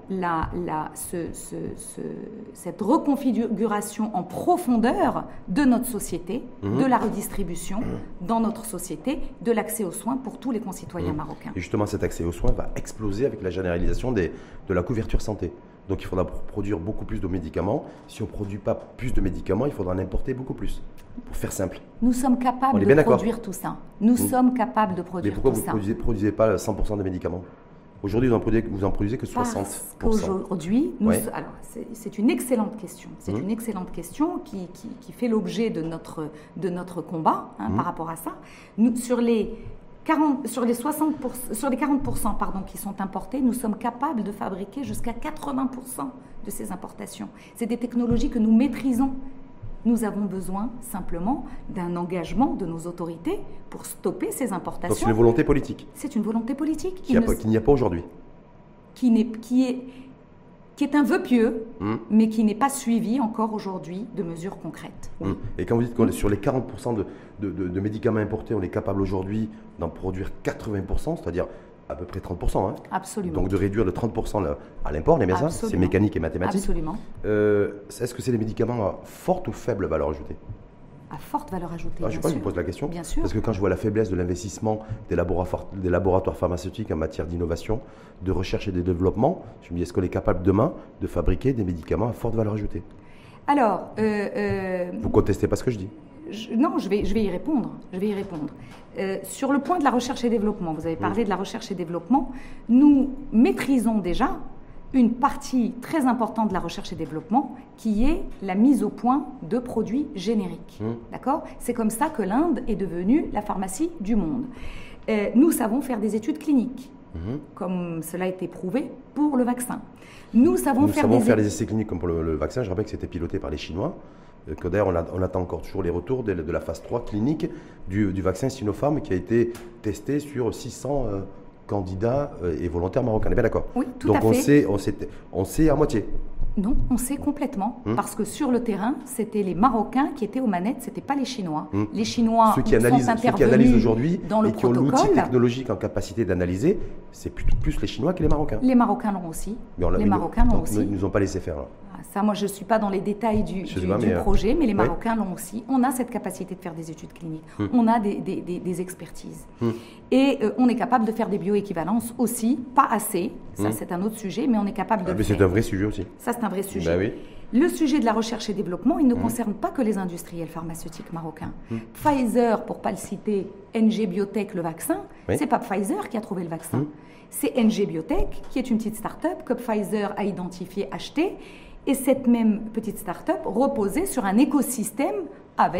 cette reconfiguration en profondeur de notre société, de la redistribution dans notre société, de l'accès aux soins pour tous les concitoyens marocains. Et justement, cet accès aux soins va exploser avec la généralisation de la couverture santé. Donc il faudra produire beaucoup plus de médicaments. Si on ne produit pas plus de médicaments, il faudra en importer beaucoup plus. Pour faire simple. Nous sommes capables de produire tout ça. Nous sommes capables de produire tout ça. Mais pourquoi vous ne produisez pas 100% des médicaments ? Aujourd'hui, vous en produisez que 60%. Parce qu'aujourd'hui, alors c'est une excellente question. C'est une excellente question qui fait l'objet de notre combat par rapport à ça. Sur les 40% qui sont importés, nous sommes capables de fabriquer jusqu'à 80% de ces importations. C'est des technologies que nous maîtrisons. Nous avons besoin simplement d'un engagement de nos autorités pour stopper ces importations. Donc c'est une volonté politique. C'est une volonté politique. Qu'il n'y a pas aujourd'hui. Qui est un vœu pieux, mais qui n'est pas suivi encore aujourd'hui de mesures concrètes. Oui. Et quand vous dites qu'on est sur les 40% de médicaments importés, on est capable aujourd'hui d'en produire 80%, c'est-à-dire à peu près 30%. Absolument. Donc de réduire de 30% à l'import, les médecins, c'est mécanique et mathématique. Absolument. Est-ce que c'est des médicaments à forte ou faible valeur ajoutée ? À forte valeur ajoutée, je sais pas, je vous pose la question. Bien sûr. Parce que quand je vois la faiblesse de l'investissement des laboratoires pharmaceutiques en matière d'innovation, de recherche et de développement, je me dis, est-ce qu'on est capable demain de fabriquer des médicaments à forte valeur ajoutée ? Alors... vous ne contestez pas ce que je dis ? Non, je vais y répondre. Sur le point de la recherche et développement, vous avez parlé de la recherche et développement, nous maîtrisons déjà une partie très importante de la recherche et développement qui est la mise au point de produits génériques. D'accord ? C'est comme ça que l'Inde est devenue la pharmacie du monde. Nous savons faire des études cliniques, comme cela a été prouvé pour le vaccin. Nous savons faire des essais cliniques comme pour le vaccin. Je rappelle que c'était piloté par les Chinois. Que d'ailleurs, on attend encore toujours les retours de la phase 3 clinique du vaccin Sinopharm qui a été testé sur 600 candidats et volontaires marocains. On est bien d'accord ? Oui, tout à fait. Donc on sait à moitié. Non, on sait complètement. Parce que sur le terrain, c'était les Marocains qui étaient aux manettes, ce n'était pas les Chinois. Les Chinois ceux qui analysent aujourd'hui dans le et qui ont l'outil technologique en capacité d'analyser, c'est plus les Chinois que les Marocains. Les Marocains l'ont aussi. Marocains l'ont aussi. Ils ne nous ont pas laissé faire. Là. Ça, moi, je ne suis pas dans les détails du projet, mais les Marocains l'ont aussi. On a cette capacité de faire des études cliniques. On a des expertises. Et on est capable de faire des bioéquivalences aussi, pas assez. Ça, c'est un autre sujet, mais on est capable de le faire. C'est un vrai sujet aussi. Ça, c'est un vrai sujet. Ben oui. Le sujet de la recherche et développement, il ne concerne pas que les industriels pharmaceutiques marocains. Pfizer, pour ne pas le citer, NG Biotech, le vaccin, ce n'est pas Pfizer qui a trouvé le vaccin. C'est NG Biotech, qui est une petite start-up que Pfizer a identifiée, achetée. Et cette même petite start-up reposait sur un écosystème avec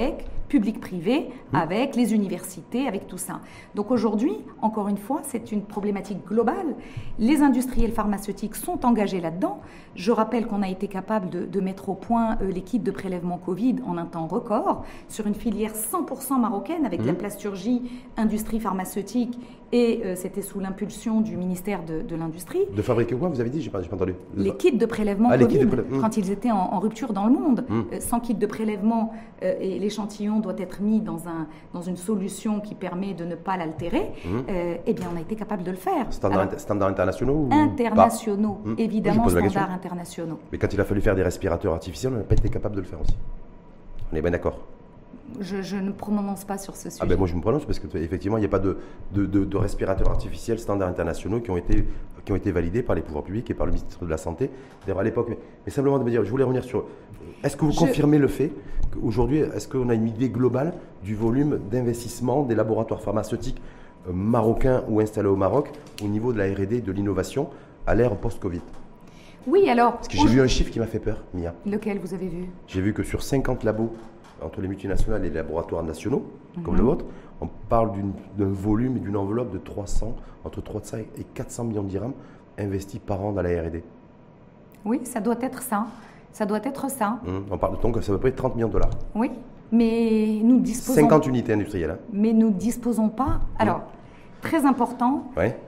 public-privé, avec les universités, avec tout ça. Donc aujourd'hui, encore une fois, c'est une problématique globale. Les industriels pharmaceutiques sont engagés là-dedans. Je rappelle qu'on a été capable de mettre au point les kits de prélèvement Covid en un temps record, sur une filière 100% marocaine, avec la plasturgie, industrie pharmaceutique, et c'était sous l'impulsion du ministère de l'Industrie. De fabriquer quoi, vous avez dit? J'ai pas entendu. Les kits de prélèvement Covid, quand ils étaient en rupture dans le monde. Sans kit de prélèvement, et l'échantillon doit être mis dans une solution qui permet de ne pas l'altérer, eh bien on a été capable de le faire. Standards internationaux internationaux, évidemment, standards internationaux. Mais quand il a fallu faire des respirateurs artificiels, on n'a pas été capable de le faire aussi. On est bien d'accord. Je ne prononce pas sur ce sujet. Ah ben moi je me prononce parce qu'effectivement il n'y a pas de respirateurs artificiels standards internationaux qui ont été validés par les pouvoirs publics et par le ministre de la Santé à l'époque. Mais simplement de me dire, je voulais revenir sur, est-ce que vous confirmez le fait qu'aujourd'hui, est-ce qu'on a une idée globale du volume d'investissement des laboratoires pharmaceutiques marocains ou installés au Maroc au niveau de la R&D, de l'innovation à l'ère post-Covid? Oui, alors... Parce que j'ai vu un chiffre qui m'a fait peur, Mia. Lequel vous avez vu? J'ai vu que sur 50 labos, entre les multinationales et les laboratoires nationaux, comme le vôtre, on parle d'un volume et d'une enveloppe de entre 300 et 400 millions de dirhams investis par an dans la R&D. Oui, ça doit être ça. Ça doit être ça. On parle donc ça à peu près 30 millions de dollars. Oui, mais nous disposons... 50 unités industrielles. Hein. Mais nous ne disposons pas... Alors, très important, ouais.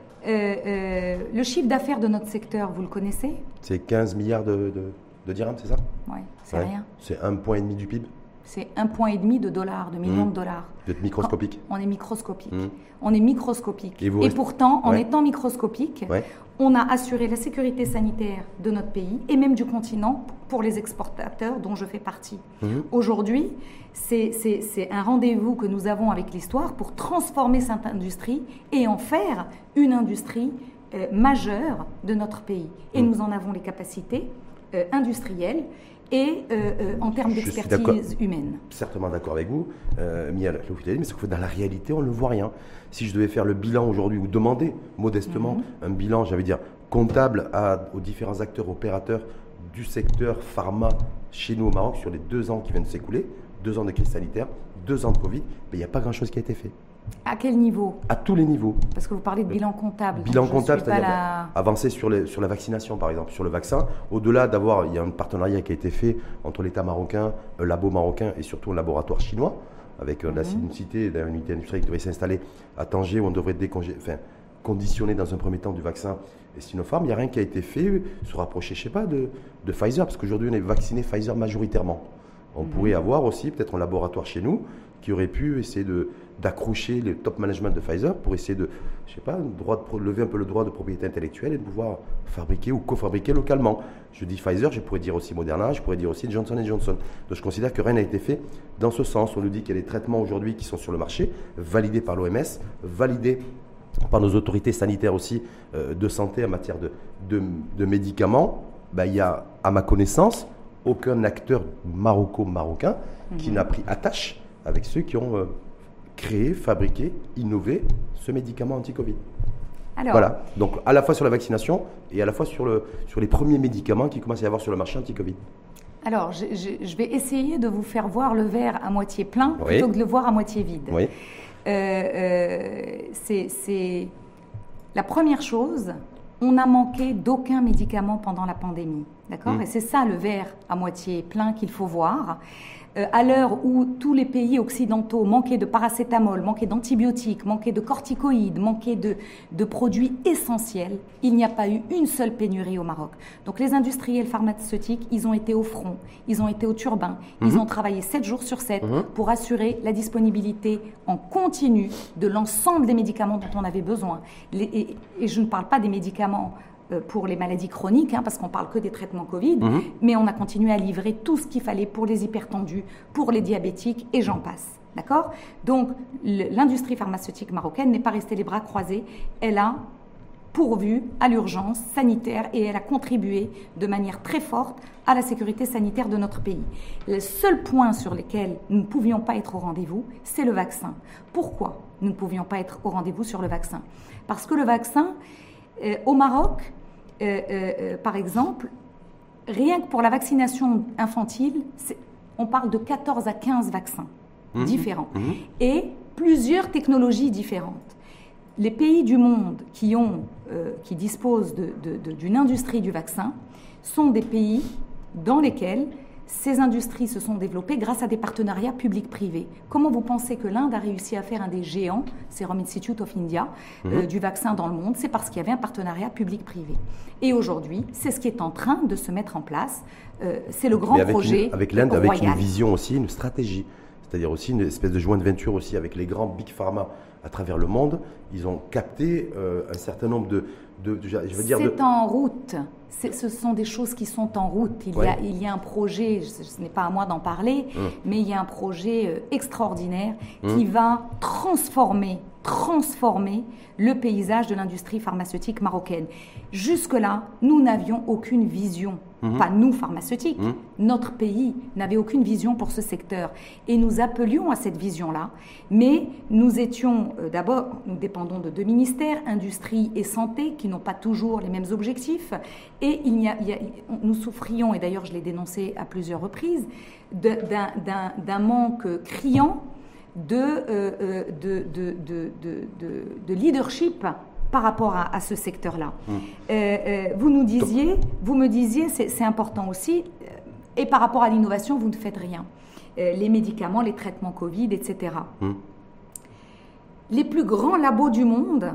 Le chiffre d'affaires de notre secteur, vous le connaissez? C'est 15 milliards de dirhams, c'est ça? Oui, c'est rien. C'est 1,5 point du PIB? C'est 1,5 point de dollars, de millions de dollars. Vous êtes microscopique? On est microscopique. On est microscopique. Et pourtant, en étant microscopique, on a assuré la sécurité sanitaire de notre pays et même du continent pour les exportateurs dont je fais partie. Aujourd'hui, c'est un rendez-vous que nous avons avec l'histoire pour transformer cette industrie et en faire une industrie majeure de notre pays. Et nous en avons les capacités industrielles et en termes d'expertise humaine. Certainement d'accord avec vous, Mia, mais sauf que dans la réalité, on ne voit rien. Si je devais faire le bilan aujourd'hui ou demander modestement un bilan, j'allais dire, comptable aux différents acteurs opérateurs du secteur pharma chez nous au Maroc sur les 2 ans qui viennent de s'écouler, 2 ans de crise sanitaire, 2 ans de Covid, mais il n'y a pas grand-chose qui a été fait. À quel niveau? À tous les niveaux. Parce que vous parlez de bilan comptable. Bilan comptable, c'est-à-dire avancer sur la vaccination, par exemple, sur le vaccin. Au-delà d'avoir, il y a un partenariat qui a été fait entre l'État marocain, un labo marocain et surtout un laboratoire chinois, avec une cité, une unité industrielle qui devrait s'installer à Tanger, où on devrait conditionner dans un premier temps du vaccin et Sinopharm. Il n'y a rien qui a été fait, se rapprocher, je ne sais pas, de Pfizer, parce qu'aujourd'hui, on est vacciné Pfizer majoritairement. On pourrait avoir aussi peut-être un laboratoire chez nous qui aurait pu essayer d'accrocher le top management de Pfizer pour essayer de, je sais pas, lever un peu le droit de propriété intellectuelle et de pouvoir fabriquer ou cofabriquer localement. Je dis Pfizer, je pourrais dire aussi Moderna, je pourrais dire aussi Johnson & Johnson. Donc je considère que rien n'a été fait dans ce sens. On nous dit qu'il y a des traitements aujourd'hui qui sont sur le marché, validés par l'OMS, validés par nos autorités sanitaires aussi de santé en matière de médicaments. Il y a, à ma connaissance, aucun acteur marocain qui n'a pris attache avec ceux qui ont créé, fabriqué, innové ce médicament anti-Covid. Alors, voilà, donc à la fois sur la vaccination et à la fois sur les premiers médicaments qui commencent à y avoir sur le marché anti-Covid. Alors, je vais essayer de vous faire voir le verre à moitié plein plutôt que de le voir à moitié vide. Oui. C'est la première chose, on n'a manqué d'aucun médicament pendant la pandémie. D'accord ? Et c'est ça le verre à moitié plein qu'il faut voir. À l'heure où tous les pays occidentaux manquaient de paracétamol, manquaient d'antibiotiques, manquaient de corticoïdes, manquaient de produits essentiels, il n'y a pas eu une seule pénurie au Maroc. Donc les industriels pharmaceutiques, ils ont été au front, ils ont été au turbin, ils ont travaillé 7 jours sur 7 pour assurer la disponibilité en continu de l'ensemble des médicaments dont on avait besoin. Et je ne parle pas des médicaments pour les maladies chroniques, parce qu'on ne parle que des traitements Covid, mais on a continué à livrer tout ce qu'il fallait pour les hypertendus, pour les diabétiques, et j'en passe. D'accord ? Donc, l'industrie pharmaceutique marocaine n'est pas restée les bras croisés, elle a pourvu à l'urgence sanitaire et elle a contribué de manière très forte à la sécurité sanitaire de notre pays. Le seul point sur lequel nous ne pouvions pas être au rendez-vous, c'est le vaccin. Pourquoi nous ne pouvions pas être au rendez-vous sur le vaccin ? Parce que le vaccin, au Maroc, par exemple, rien que pour la vaccination infantile, on parle de 14 à 15 vaccins. différents et plusieurs technologies différentes. Les pays du monde qui disposent d'une industrie du vaccin sont des pays dans lesquels ces industries se sont développées grâce à des partenariats publics-privés. Comment vous pensez que l'Inde a réussi à faire un des géants, Serum Institute of India, du vaccin dans le monde? C'est parce qu'il y avait un partenariat public-privé. Et aujourd'hui, c'est ce qui est en train de se mettre en place. C'est le grand projet avec l'Inde, avec une vision aussi, une stratégie. C'est-à-dire aussi une espèce de joint de venture aussi avec les grands big pharma à travers le monde. Ils ont capté un certain nombre C'est en route. Ce sont des choses qui sont en route. Il y a un projet, ce n'est pas à moi d'en parler, mais il y a un projet extraordinaire qui va transformer le paysage de l'industrie pharmaceutique marocaine. Jusque-là, nous n'avions aucune vision. Pas nous, pharmaceutiques. Notre pays n'avait aucune vision pour ce secteur. Et nous appelions à cette vision-là. Mais nous étions, d'abord, nous dépendons de deux ministères, industrie et santé, qui n'ont pas toujours les mêmes objectifs. Et nous souffrions, et d'ailleurs je l'ai dénoncé à plusieurs reprises, d'un manque criant de leadership par rapport à ce secteur-là. Vous me disiez, c'est important aussi, et par rapport à l'innovation, vous ne faites rien. Les médicaments, les traitements Covid, etc. Les plus grands labos du monde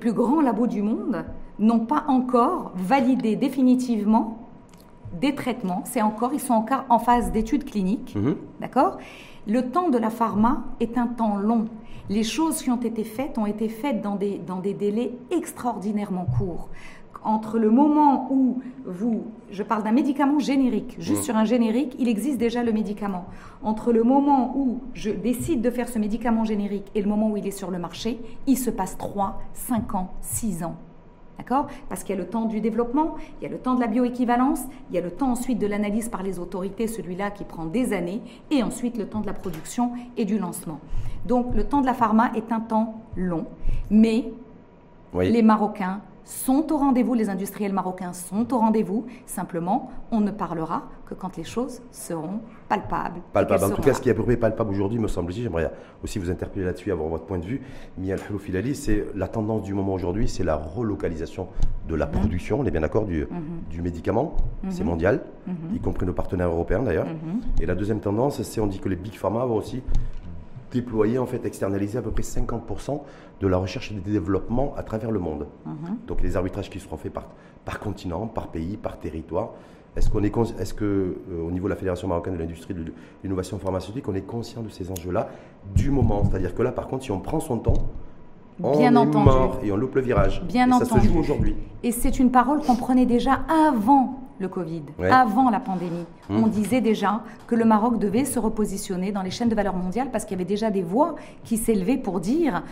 n'ont pas encore validé définitivement des traitements. Ils sont encore en phase d'études cliniques, d'accord ? Le temps de la pharma est un temps long. Les choses qui ont été faites dans des délais extraordinairement courts. Entre le moment où je parle d'un médicament générique, juste sur un générique, il existe déjà le médicament. Entre le moment où je décide de faire ce médicament générique et le moment où il est sur le marché, il se passe 3, 5 ans, 6 ans. D'accord ? Parce qu'il y a le temps du développement, il y a le temps de la bioéquivalence, il y a le temps ensuite de l'analyse par les autorités, celui-là qui prend des années, et ensuite le temps de la production et du lancement. Donc le temps de la pharma est un temps long, mais les Marocains sont au rendez-vous, les industriels marocains sont au rendez-vous. Simplement, on ne parlera que quand les choses seront palpables. En tout cas, ce qui est à peu près palpable aujourd'hui, me semble-t-il, j'aimerais aussi vous interpeller là-dessus, avoir votre point de vue. Mia El-Khalouf Hilali, c'est la tendance du moment aujourd'hui, c'est la relocalisation de la production, on est bien d'accord, du médicament, c'est mondial, y compris nos partenaires européens d'ailleurs. Et la deuxième tendance, c'est on dit que les big pharma vont aussi déployer, en fait, externaliser à peu près 50% de la recherche et du développement à travers le monde. Donc les arbitrages qui seront faits par continent, par pays, par territoire. Est-ce que au niveau de la Fédération marocaine de l'industrie de l'innovation pharmaceutique, on est conscient de ces enjeux-là du moment? C'est-à-dire que là, par contre, si on prend son temps, on est mort et on loupe le virage. Ça se joue aujourd'hui. Et c'est une parole qu'on prenait déjà avant le Covid, avant la pandémie. On disait déjà que le Maroc devait se repositionner dans les chaînes de valeur mondiale parce qu'il y avait déjà des voix qui s'élevaient pour dire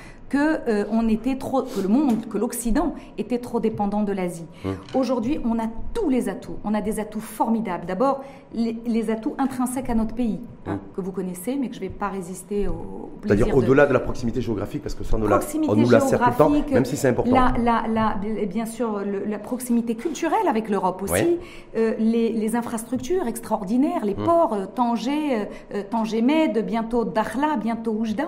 que l'Occident était trop dépendant de l'Asie. Aujourd'hui, on a tous les atouts. On a des atouts formidables. D'abord, les atouts intrinsèques à notre pays, que vous connaissez, mais que je ne vais pas résister au plaisir. C'est-à-dire au-delà de la proximité géographique, parce que ça, on nous l'a certes tout le temps, même si c'est important. Bien sûr, la proximité culturelle avec l'Europe aussi, les infrastructures extraordinaires, les ports, Tanger, Med, bientôt Dakhla, bientôt Oujda,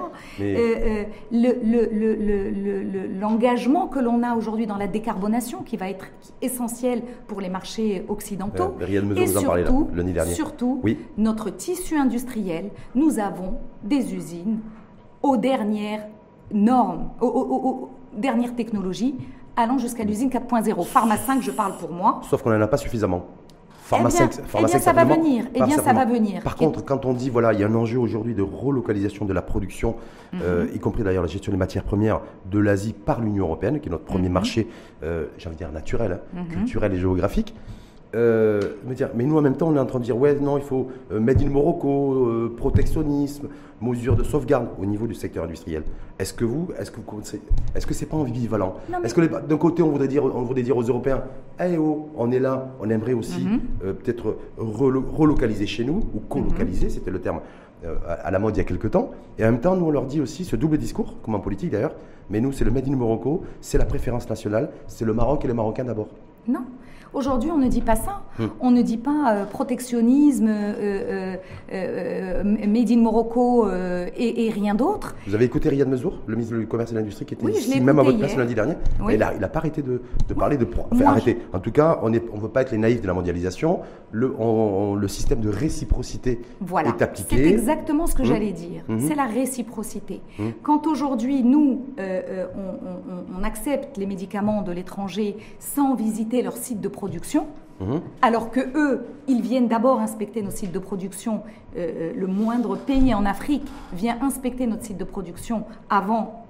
l'engagement que l'on a aujourd'hui dans la décarbonation qui va être essentiel pour les marchés occidentaux. Et surtout, notre tissu industriel, nous avons des usines aux dernières normes, aux dernières technologies, allant jusqu'à l'usine 4.0. Pharma 5, je parle pour moi. Sauf qu'on n'en a pas suffisamment. Ça va venir. Par contre, quand on dit, voilà, il y a un enjeu aujourd'hui de relocalisation de la production, y compris d'ailleurs la gestion des matières premières de l'Asie par l'Union européenne, qui est notre premier marché, j'ai envie de dire naturel, culturel et géographique. Mais nous, en même temps, on est en train de dire, non, il faut Made in Morocco, protectionnisme, mesures de sauvegarde au niveau du secteur industriel. Est-ce que c'est pas ambivalent? Est-ce que d'un côté, on voudrait dire aux Européens, on est là, on aimerait aussi peut-être relocaliser chez nous, ou colocaliser, c'était le terme à la mode il y a quelques temps. Et en même temps, nous, on leur dit aussi ce double discours, comme en politique d'ailleurs, mais nous, c'est le Made in Morocco, c'est la préférence nationale, c'est le Maroc et les Marocains d'abord. Non. Aujourd'hui, on ne dit pas ça. On ne dit pas protectionnisme, made in Morocco et rien d'autre. Vous avez écouté Riyad Mansour, le ministre du Commerce et de l'Industrie, qui était ici même à votre place lundi dernier. Oui. Il n'a pas arrêté de parler de... Enfin, arrêté. En tout cas, on ne veut pas être les naïfs de la mondialisation. Le système de réciprocité est appliqué. C'est exactement ce que j'allais dire. C'est la réciprocité. Quand aujourd'hui, nous, on accepte les médicaments de l'étranger sans visiter leur site de production, alors que eux, ils viennent d'abord inspecter nos sites de production. Le moindre pays en Afrique vient inspecter notre site de production avant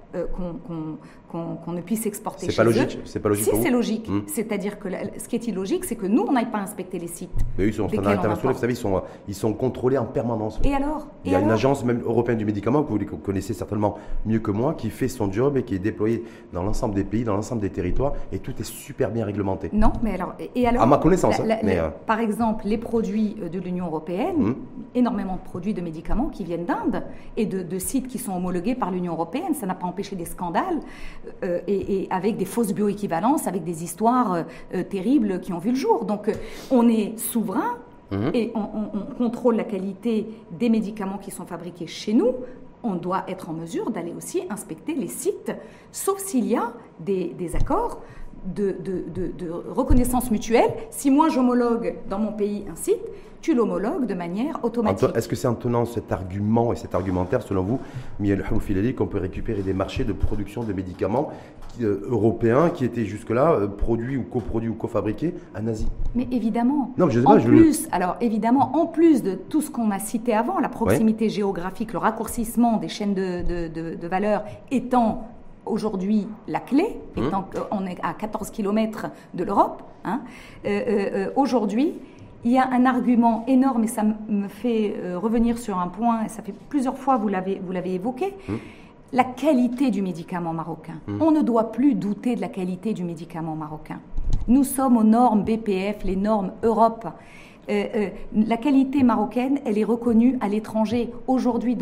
qu'on ne puisse exporter chez eux. C'est pas logique. Si, c'est logique. C'est-à-dire que ce qui est illogique, c'est que nous, on n'aille pas inspecter les sites. Mais eux, ils sont standards internationaux, vous savez, ils sont contrôlés en permanence. Et alors? Il y a une agence même européenne du médicament, que vous connaissez certainement mieux que moi, qui fait son job et qui est déployée dans l'ensemble des pays, dans l'ensemble des territoires, et tout est super bien réglementé. Non, mais alors... à ma connaissance. Par exemple, les produits de l'Union européenne, énormément de produits de médicaments qui viennent d'Inde et de sites qui sont homologués par l'Union européenne, ça n'a pas empêché des scandales et avec des fausses bioéquivalences, avec des histoires terribles qui ont vu le jour. Donc on est souverain et on contrôle la qualité des médicaments qui sont fabriqués chez nous. On doit être en mesure d'aller aussi inspecter les sites, sauf s'il y a des accords de reconnaissance mutuelle. Si moi j'homologue dans mon pays un site, tu l'homologues de manière automatique. Est-ce que c'est en tenant cet argument et cet argumentaire, selon vous, Miel Haloufilali, qu'on peut récupérer des marchés de production de médicaments européens qui étaient jusque-là produits ou coproduits ou cofabriqués en Asie? Mais évidemment. Non, mais je sais pas, alors évidemment, en plus de tout ce qu'on m'a cité avant, la proximité géographique, le raccourcissement des chaînes de valeur étant aujourd'hui la clé, étant qu'on est à 14 km de l'Europe, aujourd'hui, il y a un argument énorme, et ça me fait revenir sur un point, et ça fait plusieurs fois vous l'avez évoqué, la qualité du médicament marocain. On ne doit plus douter de la qualité du médicament marocain. Nous sommes aux normes BPF, les normes Europe. La qualité marocaine, elle est reconnue à l'étranger. Aujourd'hui,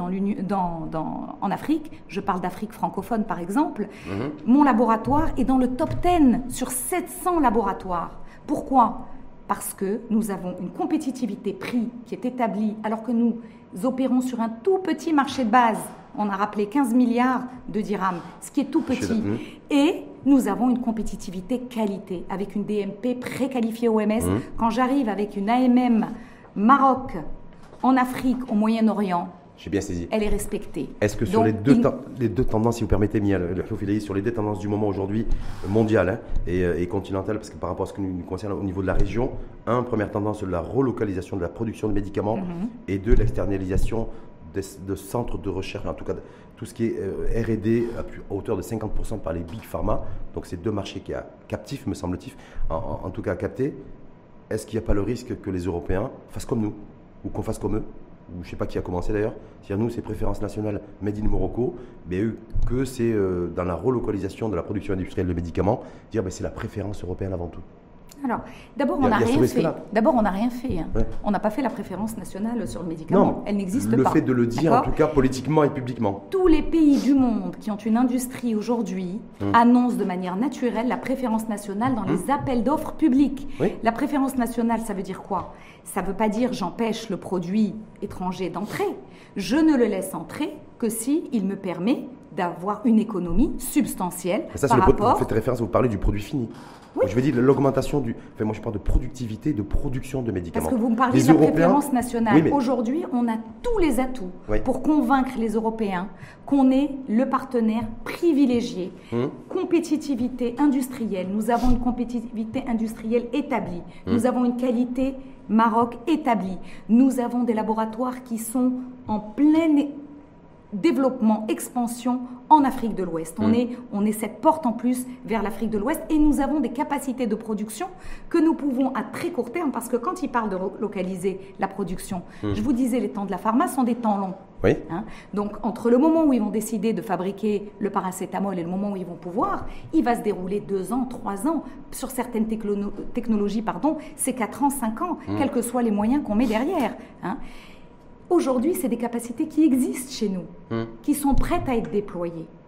en Afrique, je parle d'Afrique francophone par exemple, mon laboratoire est dans le top 10 sur 700 laboratoires. Pourquoi ? Parce que nous avons une compétitivité prix qui est établie alors que nous opérons sur un tout petit marché de base. On a rappelé 15 milliards de dirhams, ce qui est tout petit. Et nous avons une compétitivité qualité avec une DMP préqualifiée OMS. Quand j'arrive avec une AMM Maroc, en Afrique, au Moyen-Orient, j'ai bien saisi. Elle est respectée. Est-ce que sur les deux tendances, si vous permettez, Miel Haloufilali, sur les deux tendances du moment aujourd'hui, mondiales et continentales, parce que par rapport à ce qui nous concerne au niveau de la région, première tendance, la relocalisation de la production de médicaments, et deux, l'externalisation de centres de recherche, en tout cas tout ce qui est R&D à hauteur de 50% par les big pharma. Donc c'est deux marchés qui sont captifs, me semble-t-il, en tout cas à capter. Est-ce qu'il n'y a pas le risque que les Européens fassent comme nous, ou qu'on fasse comme eux, ou je ne sais pas qui a commencé d'ailleurs, c'est-à-dire nous c'est préférence nationale Made in Morocco, mais eux que c'est dans la relocalisation de la production industrielle de médicaments, dire c'est la préférence européenne avant tout. Alors, d'abord, on n'a rien fait. D'abord, on n'a rien fait. On n'a pas fait la préférence nationale sur le médicament. Non, elle n'existe pas. Le fait de le dire, en tout cas, politiquement et publiquement. Tous les pays du monde qui ont une industrie aujourd'hui annoncent de manière naturelle la préférence nationale dans les appels d'offres publics. La préférence nationale, ça veut dire quoi? Ça ne veut pas dire j'empêche le produit étranger d'entrer. Je ne le laisse entrer que s'il me permet d'avoir une économie substantielle par rapport... Vous faites référence, vous parlez du produit fini. Oui. Je veux dire l'augmentation du... Enfin, moi, je parle de productivité, de production de médicaments. Parce que vous me parlez de la préférence nationale. Oui, mais... Aujourd'hui, on a tous les atouts pour convaincre les Européens qu'on est le partenaire privilégié. Compétitivité industrielle. Nous avons une compétitivité industrielle établie. Nous avons une qualité Maroc établie. Nous avons des laboratoires qui sont en pleine développement, expansion en Afrique de l'Ouest. On est cette porte en plus vers l'Afrique de l'Ouest et nous avons des capacités de production que nous pouvons à très court terme, parce que quand ils parlent de localiser la production, je vous disais, les temps de la pharma sont des temps longs. Oui. Donc, entre le moment où ils vont décider de fabriquer le paracétamol et le moment où ils vont pouvoir, il va se dérouler 2 ans, 3 ans. Sur certaines technologies, c'est 4 ans, 5 ans, quels que soient les moyens qu'on met derrière. Aujourd'hui, c'est des capacités qui existent chez nous, qui sont prêtes à être déployées.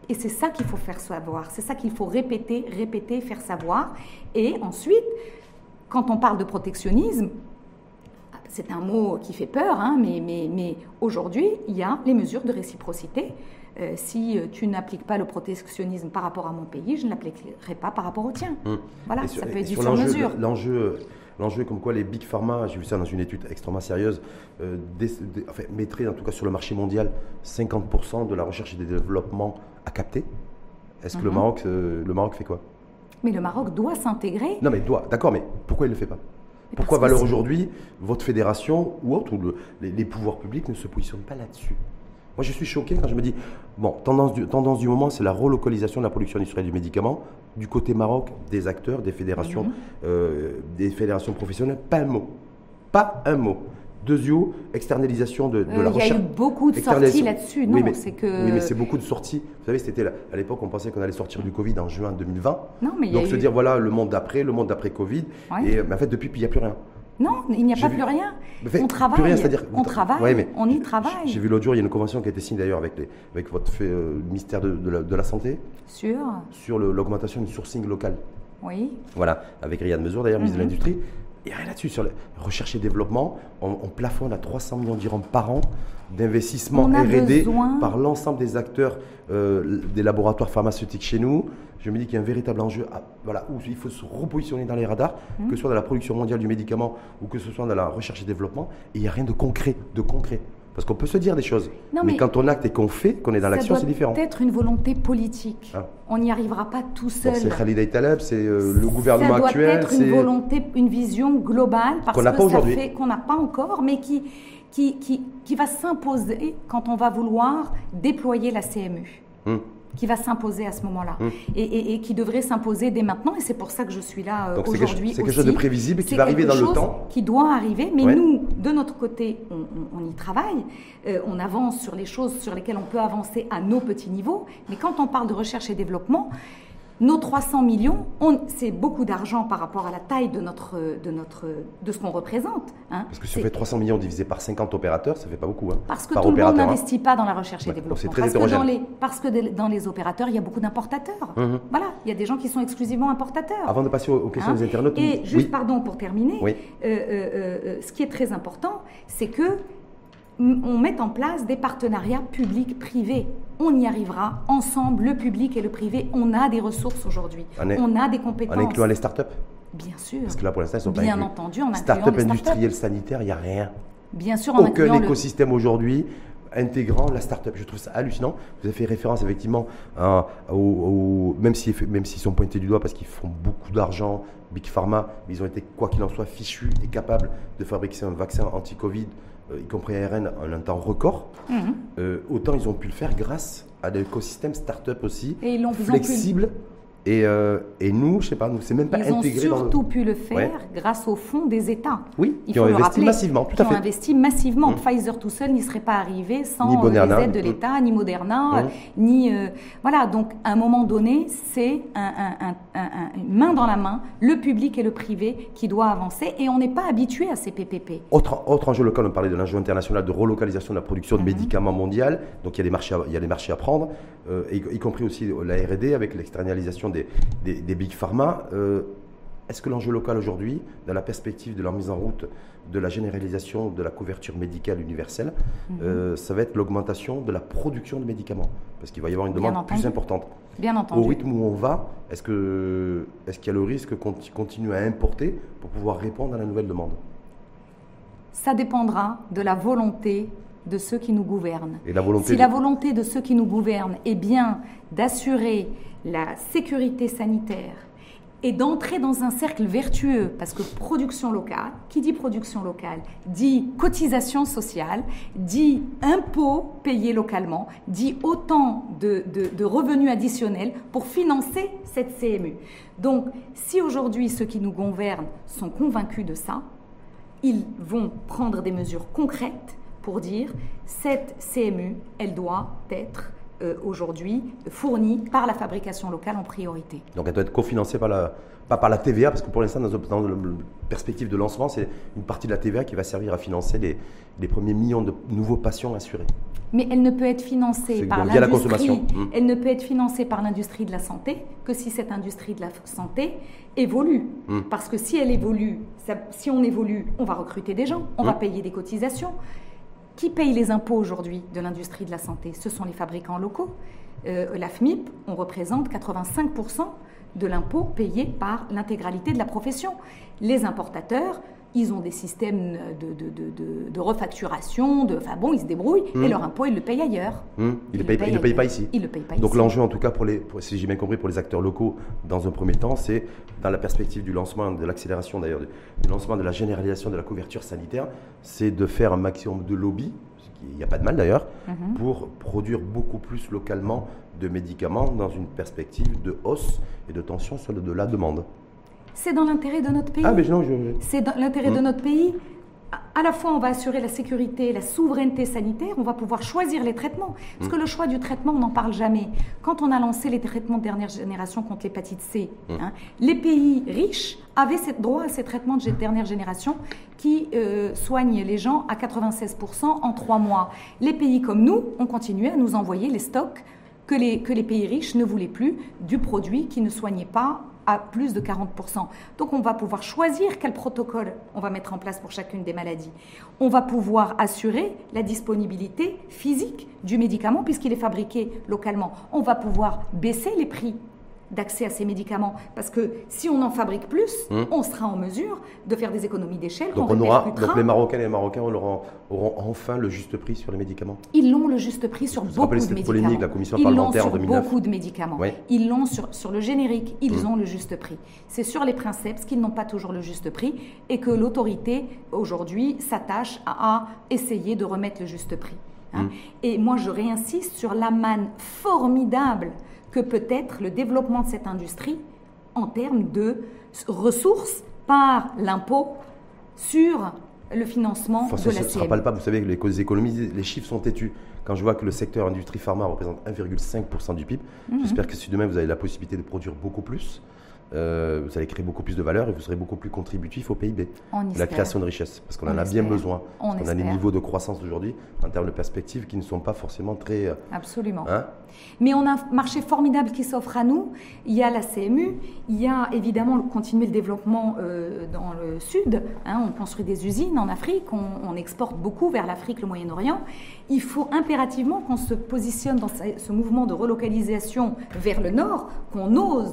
Et c'est ça qu'il faut faire savoir, c'est ça qu'il faut répéter, répéter, faire savoir. Et ensuite, quand on parle de protectionnisme, c'est un mot qui fait peur, hein, mais aujourd'hui, il y a les mesures de réciprocité. Si tu n'appliques pas le protectionnisme par rapport à mon pays, je ne l'appliquerai pas par rapport au tien. Voilà, ça peut être du sur-mesure. L'enjeu comme quoi les big pharma, j'ai vu ça dans une étude extrêmement sérieuse, mettraient en tout cas sur le marché mondial 50% de la recherche et des développements à capter. Est-ce que le Maroc fait quoi? Mais le Maroc doit s'intégrer. Non mais d'accord, mais pourquoi il ne le fait pas? Pourquoi Valeurs aujourd'hui, votre fédération ou autre, ou les pouvoirs publics ne se positionnent pas là-dessus? Moi, je suis choqué quand je me dis, bon, tendance du moment, c'est la relocalisation de la production industrielle du médicament du côté Maroc, des acteurs, des fédérations professionnelles. Pas un mot. Pas un mot. Deuxièmement, externalisation de la recherche. Il y a eu beaucoup de sorties là-dessus. Oui, mais c'est beaucoup de sorties. Vous savez, c'était à l'époque, on pensait qu'on allait sortir du Covid en juin 2020. Non, mais donc, dire, voilà, le monde d'après Covid. Ouais. Mais en fait, depuis, il n'y a plus rien. Non, il n'y a pas plus rien. On travaille. Plus rien, c'est-à-dire, on travaille, on y travaille. J'ai vu l'autre jour, il y a une convention qui a été signée d'ailleurs avec votre ministère de la Santé. Sur l'augmentation du sourcing local. Oui. Voilà, avec Riyad Messour d'ailleurs, ministre de l'Industrie. Il n'y a rien là-dessus. Sur la recherche et développement, on plafonne à 300 millions dirhams par an d'investissement R&D par l'ensemble des acteurs des laboratoires pharmaceutiques chez nous. Je me dis qu'il y a un véritable enjeu où il faut se repositionner dans les radars, que ce soit dans la production mondiale du médicament ou que ce soit dans la recherche et développement. Et il n'y a rien de concret. Parce qu'on peut se dire des choses. Non, mais quand on acte et qu'on fait, qu'on est dans l'action, c'est différent. Ça doit être une volonté politique. On n'y arrivera pas tout seul. C'est Khalid Aitaleb, c'est le gouvernement actuel. Ça doit être une volonté, une vision globale, parce qu'on n'a pas aujourd'hui. Qu'on n'a pas encore, mais qui va s'imposer quand on va vouloir déployer la CMU. Qui va s'imposer à ce moment-là et qui devrait s'imposer dès maintenant, et c'est pour ça que je suis là aujourd'hui. C'est quelque chose de prévisible qui va arriver dans le temps. Qui doit arriver, mais nous, de notre côté, on y travaille, on avance sur les choses sur lesquelles on peut avancer à nos petits niveaux, mais quand on parle de recherche et développement, nos 300 millions, c'est beaucoup d'argent par rapport à la taille de ce qu'on représente. Hein. Parce que si on fait 300 millions divisé par 50 opérateurs, ça ne fait pas beaucoup. Parce que tout le monde n'investit pas dans la recherche et développement. C'est très hétérogène. Parce que dans les opérateurs, il y a beaucoup d'importateurs. Voilà, il y a des gens qui sont exclusivement importateurs. Avant de passer aux questions des internautes. Et juste, pardon, pour terminer, ce qui est très important, c'est que on met en place des partenariats publics-privés. On y arrivera ensemble, le public et le privé. On a des ressources aujourd'hui. On a des compétences. En incluant les startups? Bien sûr. Parce que là, pour l'instant, ils sont pas inclus. Bien entendu, en incluant startups industrielles sanitaires, il n'y a rien. Bien sûr, en aucun écosystème aujourd'hui intégrant la start-up. Je trouve ça hallucinant. Vous avez fait référence effectivement même s'ils sont pointés du doigt parce qu'ils font beaucoup d'argent, Big Pharma, mais ils ont été, quoi qu'il en soit, fichus et capables de fabriquer un vaccin anti-Covid, y compris ARN, en un temps record. Autant ils ont pu le faire grâce à l'écosystème start-up aussi, flexible. Et nous, je sais pas, nous, c'est même pas intégré dans Ils ont surtout pu le faire grâce au fonds des États. Oui, qui ont investi massivement, tout à fait. Qui ont investi massivement. Pfizer tout seul n'y serait pas arrivé sans les aides de l'État, ni Moderna, ni... voilà, donc à un moment donné, c'est une main dans la main, le public et le privé qui doit avancer, et on n'est pas habitué à ces PPP. Autre enjeu local, on parlait de l'enjeu international de relocalisation de la production de médicaments mondial, donc il y a des marchés à prendre, y compris aussi la R&D avec l'externalisation des big pharma. Est-ce que l'enjeu local aujourd'hui, dans la perspective de la mise en route de la généralisation de la couverture médicale universelle, ça va être l'augmentation de la production de médicaments? Parce qu'il va y avoir une demande plus importante. Bien entendu. Au rythme où on va, est-ce qu'il y a le risque qu'on continue à importer pour pouvoir répondre à la nouvelle demande? Ça dépendra de la volonté de ceux qui nous gouvernent. Et la volonté la volonté de ceux qui nous gouvernent est bien d'assurer la sécurité sanitaire et d'entrer dans un cercle vertueux, parce que production locale, qui dit production locale, dit cotisation sociale, dit impôts payés localement, dit autant de revenus additionnels pour financer cette CMU. Donc, si aujourd'hui ceux qui nous gouvernent sont convaincus de ça, ils vont prendre des mesures concrètes pour dire cette CMU, elle doit être aujourd'hui fournie par la fabrication locale en priorité. Donc elle doit être cofinancée pas par la TVA, parce que pour l'instant, dans la perspective de lancement, c'est une partie de la TVA qui va servir à financer les premiers millions de nouveaux patients assurés. Mais elle ne peut être financée par via la l'industrie. consommation. Elle ne peut être financée par l'industrie de la santé que si cette industrie de la santé évolue. Parce que si elle évolue, si on évolue, on va recruter des gens, on va payer des cotisations. Qui paye les impôts aujourd'hui de l'industrie de la santé? Ce sont les fabricants locaux. La FMIP, on représente 85% de l'impôt payé par l'intégralité de la profession. Les importateurs, ils ont des systèmes de refacturation, enfin bon, ils se débrouillent, et leur impôt, ils le payent ailleurs. Ils ne le payent pas ici. Ils le payent pas Donc ici. l'enjeu, en tout cas, si j'ai bien compris, pour les acteurs locaux, dans un premier temps, c'est dans la perspective du lancement, de l'accélération d'ailleurs, du lancement de la généralisation de la couverture sanitaire, c'est de faire un maximum de lobby, il n'y a pas de mal d'ailleurs, pour produire beaucoup plus localement de médicaments dans une perspective de hausse et de tension sur de la demande. C'est dans l'intérêt de notre pays. Ah, mais non, C'est dans l'intérêt de notre pays. À la fois, on va assurer la sécurité, la souveraineté sanitaire, on va pouvoir choisir les traitements. Parce que le choix du traitement, on n'en parle jamais. Quand on a lancé les traitements de dernière génération contre l'hépatite C, les pays riches avaient droit à ces traitements de dernière génération qui soignent les gens à 96% en 3 mois. Les pays comme nous ont continué à nous envoyer les stocks que les pays riches ne voulaient plus du produit qui ne soignait pas à plus de 40%. Donc on va pouvoir choisir quel protocole on va mettre en place pour chacune des maladies. On va pouvoir assurer la disponibilité physique du médicament puisqu'il est fabriqué localement. On va pouvoir baisser les prix d'accès à ces médicaments parce que si on en fabrique plus, on sera en mesure de faire des économies d'échelle. Donc les Marocaines et les Marocains auront enfin le juste prix sur les médicaments. Ils l'ont le juste prix sur beaucoup de médicaments. Polémique, la commission parlementaire en 2009. Ils l'ont sur beaucoup de médicaments. Oui. Ils l'ont sur le générique, ils ont le juste prix. C'est sur les princeps qu'ils n'ont pas toujours le juste prix et que l'autorité aujourd'hui s'attache à essayer de remettre le juste prix. Et moi je réinsiste sur la manne formidable que peut être le développement de cette industrie en termes de ressources par l'impôt sur le financement de la CMU. Ce sera palpable, vous savez, les économies, les chiffres sont têtus. Quand je vois que le secteur industrie pharma représente 1,5% du PIB, j'espère que si demain vous avez la possibilité de produire beaucoup plus, vous allez créer beaucoup plus de valeur et vous serez beaucoup plus contributif au PIB, la création de richesse, parce qu'on en a bien besoin. On a des niveaux de croissance d'aujourd'hui en termes de perspectives qui ne sont pas forcément très... Absolument. Mais on a un marché formidable qui s'offre à nous. Il y a la CMU, il y a évidemment continuer le développement dans le sud. On construit des usines en Afrique, on exporte beaucoup vers l'Afrique, le Moyen-Orient. Il faut impérativement qu'on se positionne dans ce mouvement de relocalisation vers le nord, qu'on ose.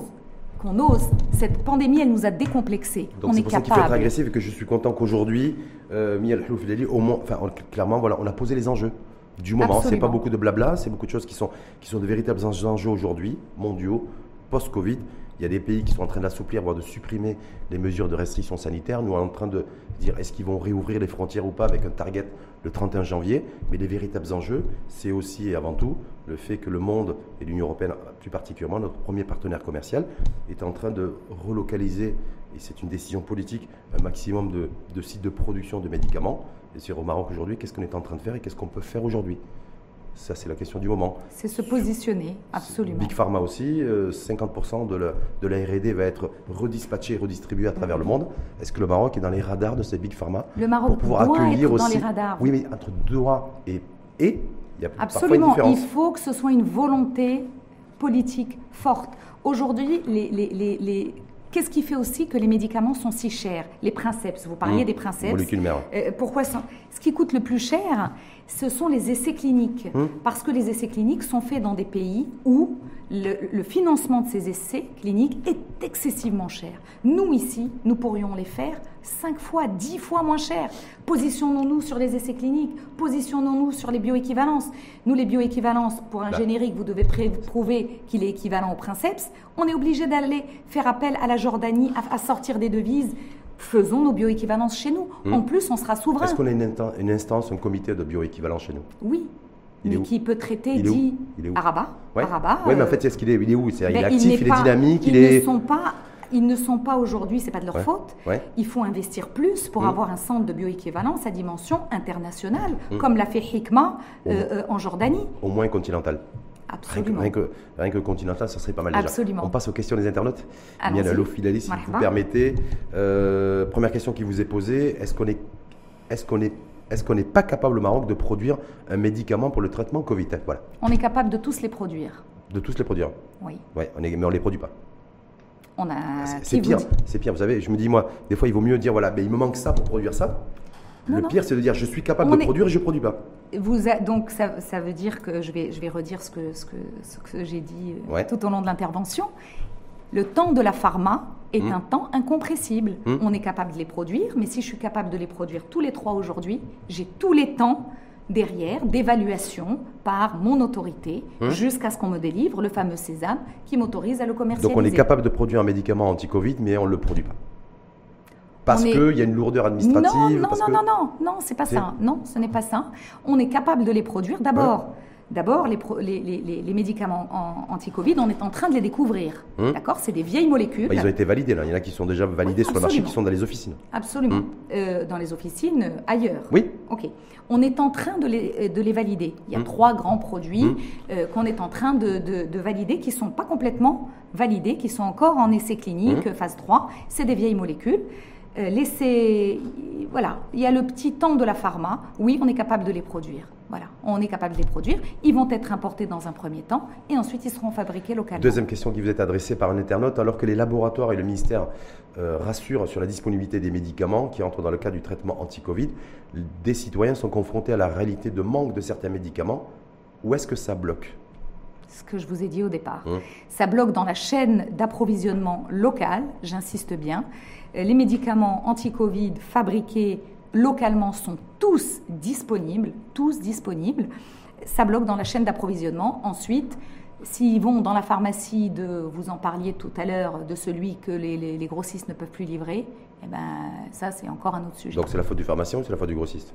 Cette pandémie, elle nous a décomplexés. Donc c'est pour ça qu'il faut être agressif et que je suis content qu'aujourd'hui, Mia El-Khlouf Filali, au moins, clairement, voilà, on a posé les enjeux du moment. C'est pas beaucoup de blabla, c'est beaucoup de choses qui sont de véritables enjeux aujourd'hui, mondiaux, post-Covid. Il y a des pays qui sont en train d'assouplir, voire de supprimer les mesures de restriction sanitaire. Nous, on est en train de dire est-ce qu'ils vont réouvrir les frontières ou pas avec un target le 31 janvier. Mais les véritables enjeux, c'est aussi et avant tout le fait que le monde et l'Union européenne, plus particulièrement notre premier partenaire commercial, est en train de relocaliser, et c'est une décision politique, un maximum de sites de production de médicaments. Et c'est au Maroc aujourd'hui, qu'est-ce qu'on est en train de faire et qu'est-ce qu'on peut faire aujourd'hui? Ça, c'est la question du moment. C'est se positionner, absolument. Big Pharma aussi, 50% de la R&D va être redispatché et redistribué à travers le monde. Est-ce que le Maroc est dans les radars de ces Big Pharma? Le Maroc pour pouvoir doit accueillir être aussi... dans les radars. Oui, mais entre doit et il y a absolument. Parfois une différence. Il faut que ce soit une volonté politique forte. Aujourd'hui, qu'est-ce qui fait aussi que les médicaments sont si chers? Les princeps, vous parliez des princeps. Molécules mères. Pourquoi ce qui coûte le plus cher, ce sont les essais cliniques. Parce que les essais cliniques sont faits dans des pays où le financement de ces essais cliniques est excessivement cher. Nous, ici, nous pourrions les faire 5 fois, 10 fois moins cher. Positionnons-nous sur les essais cliniques, positionnons-nous sur les bioéquivalences. Nous, les bioéquivalences, pour un générique, vous devez prouver qu'il est équivalent au princeps. On est obligé d'aller faire appel à la Jordanie à sortir des devises. Faisons nos bioéquivalences chez nous. En plus, on sera souverain. Est-ce qu'on a une instance, un comité de bioéquivalence chez nous? Oui. Mais qui peut traiter à Rabat. Oui, mais en fait, est-ce qu'il est où? Il est actif, il est dynamique, Ils ne sont pas aujourd'hui, ce n'est pas de leur faute. Ouais. Il faut investir plus pour avoir un centre de bioéquivalence à dimension internationale, comme l'a fait Hikma en Jordanie. Au moins continental. Absolument. Rien que continental, ça serait pas mal déjà. Absolument. On passe aux questions des internautes. Mia El-Khlouf Filali, si vous permettez. Première question qui vous est posée, est-ce qu'on est est-ce qu'on n'est pas capable au Maroc de produire un médicament pour le traitement Covid? Voilà. On est capable de tous les produire. De tous les produire? Oui. Ouais, mais on ne les produit pas. C'est Qui pire, vous dit c'est pire. Vous savez, je me dis, moi, des fois, il vaut mieux dire, voilà, mais il me manque ça pour produire ça. Non, Le non. pire, c'est de dire, je suis capable de produire et je ne produis pas. Donc ça veut dire que je vais redire ce que j'ai dit Ouais. tout au long de l'intervention. Le temps de la pharma est un temps incompressible. On est capable de les produire, mais si je suis capable de les produire tous les 3 aujourd'hui, j'ai tous les temps derrière d'évaluation par mon autorité jusqu'à ce qu'on me délivre le fameux sésame qui m'autorise à le commercialiser. Donc on est capable de produire un médicament anti-Covid, mais on ne le produit pas. Parce qu'il y a une lourdeur administrative. Non, c'est pas ça. Non, ce n'est pas ça. On est capable de les produire. D'abord, les médicaments anti-Covid, on est en train de les découvrir. D'accord? C'est des vieilles molécules. Ils ont été validés, là. Il y en a qui sont déjà validés sur le marché, qui sont dans les officines. Absolument. Dans les officines, ailleurs. Oui. OK. On est en train de les valider. Il y a 3 grands produits qu'on est en train de valider, qui ne sont pas complètement validés, qui sont encore en essai clinique, phase 3. C'est des vieilles molécules. Voilà, il y a le petit temps de la pharma. Oui, on est capable de les produire. Voilà, on est capable de les produire. Ils vont être importés dans un premier temps et ensuite ils seront fabriqués localement. Deuxième question qui vous est adressée par un internaute. Alors que les laboratoires et le ministère rassurent sur la disponibilité des médicaments qui entrent dans le cadre du traitement anti-Covid, des citoyens sont confrontés à la réalité de manque de certains médicaments. Où est-ce que ça bloque? Ce que je vous ai dit au départ. Ça bloque dans la chaîne d'approvisionnement locale, j'insiste bien. Les médicaments anti-Covid fabriqués localement sont tous disponibles. Ça bloque dans la chaîne d'approvisionnement. Ensuite, s'ils vont dans la pharmacie, vous en parliez tout à l'heure, de celui que les grossistes ne peuvent plus livrer, eh ben, ça c'est encore un autre sujet. Donc c'est la faute du pharmacien ou c'est la faute du grossiste?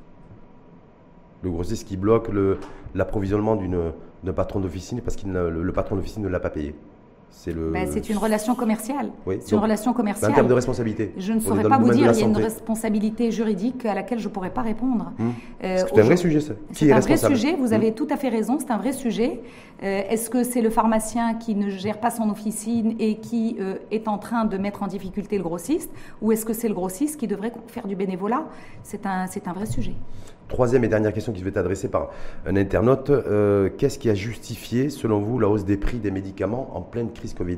Le grossiste qui bloque l'approvisionnement d'un patron d'officine parce que le patron d'officine ne l'a pas payé. C'est une relation commerciale. Oui, c'est une relation commerciale. En termes de responsabilité. Je ne saurais pas vous dire, il y a une responsabilité juridique à laquelle je ne pourrais pas répondre. C'est un vrai sujet, ça. Qui est responsable? C'est un vrai sujet, vous avez tout à fait raison, c'est un vrai sujet. Est-ce que c'est le pharmacien qui ne gère pas son officine et qui est en train de mettre en difficulté le grossiste? Ou est-ce que c'est le grossiste qui devrait faire du bénévolat? C'est un vrai sujet. Troisième et dernière question qui vous est adressée par un internaute. Qu'est-ce qui a justifié, selon vous, la hausse des prix des médicaments en pleine crise Covid?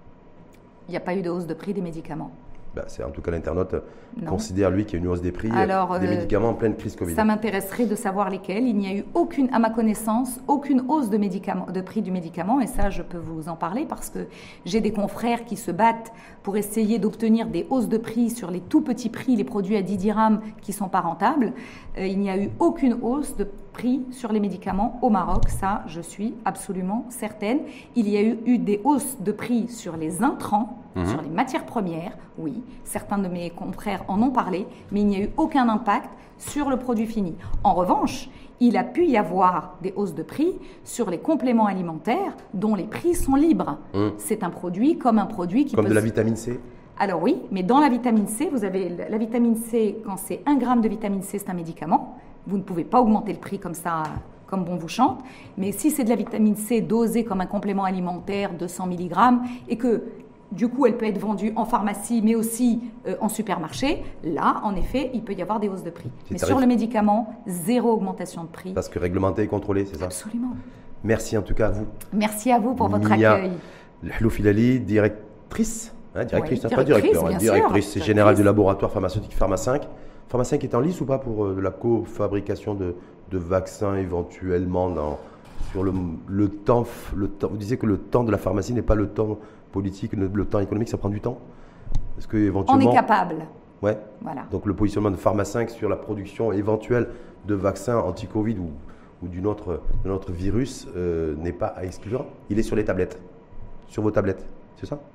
Il n'y a pas eu de hausse de prix des médicaments. C'est en tout cas l'internaute considère, lui, qu'il y a une hausse des prix des médicaments en pleine crise Covid. Ça m'intéresserait de savoir lesquels. Il n'y a eu aucune, à ma connaissance, aucune hausse de prix du médicament. Et ça, je peux vous en parler parce que j'ai des confrères qui se battent pour essayer d'obtenir des hausses de prix sur les tout petits prix, les produits à 10 dirhams qui ne sont pas rentables. Il n'y a eu aucune hausse de prix sur les médicaments au Maroc. Ça, je suis absolument certaine. Il y a eu des hausses de prix sur les intrants, sur les matières premières, oui. Certains de mes confrères en ont parlé, mais il n'y a eu aucun impact sur le produit fini. En revanche, il a pu y avoir des hausses de prix sur les compléments alimentaires dont les prix sont libres. C'est un produit comme un produit qui peut... Comme de la vitamine C? Alors oui, mais dans la vitamine C, vous avez la vitamine C, quand c'est 1 gramme de vitamine C, c'est un médicament. Vous ne pouvez pas augmenter le prix comme ça, comme bon vous chante. Mais si c'est de la vitamine C dosée comme un complément alimentaire, 200 mg, et que du coup, elle peut être vendue en pharmacie, mais aussi en supermarché. Là, en effet, il peut y avoir des hausses de prix. Mais sur le médicament, 0 augmentation de prix. Parce que réglementé et contrôlé, c'est ça? Absolument. Merci en tout cas à vous. Merci à vous pour votre accueil. Hlouf Hilali, directrice, pas directeur, directrice générale du laboratoire pharmaceutique Pharma5. Pharma5 est en lice ou pas pour la cofabrication de vaccins éventuellement sur le temps? Vous disiez que le temps de la pharmacie n'est pas le temps politique, le temps économique, ça prend du temps? Est-ce que éventuellement... On est capable. Ouais. Voilà. Donc le positionnement de Pharma5 sur la production éventuelle de vaccins anti-Covid ou d'un autre virus n'est pas à exclure. Il est sur les tablettes, sur vos tablettes, c'est ça?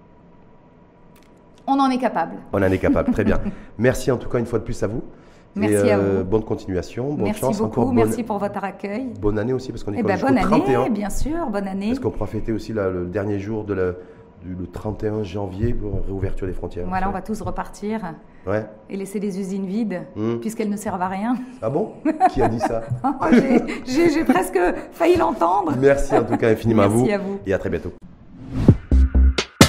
On en est capable. On en est capable, très bien. Merci en tout cas une fois de plus à vous. Merci à vous. Bonne continuation, bonne merci chance. Beaucoup, merci pour votre accueil. Bonne année aussi, parce qu'on est jusqu'au 31. Bonne année, bien sûr, bonne année. Est-ce qu'on pourra fêter aussi le dernier jour le 31 janvier pour réouverture des frontières? Voilà, on va tous repartir et laisser les usines vides, puisqu'elles ne servent à rien. Ah bon? Qui a dit ça? J'ai presque failli l'entendre. Merci en tout cas infiniment merci à vous et à très bientôt.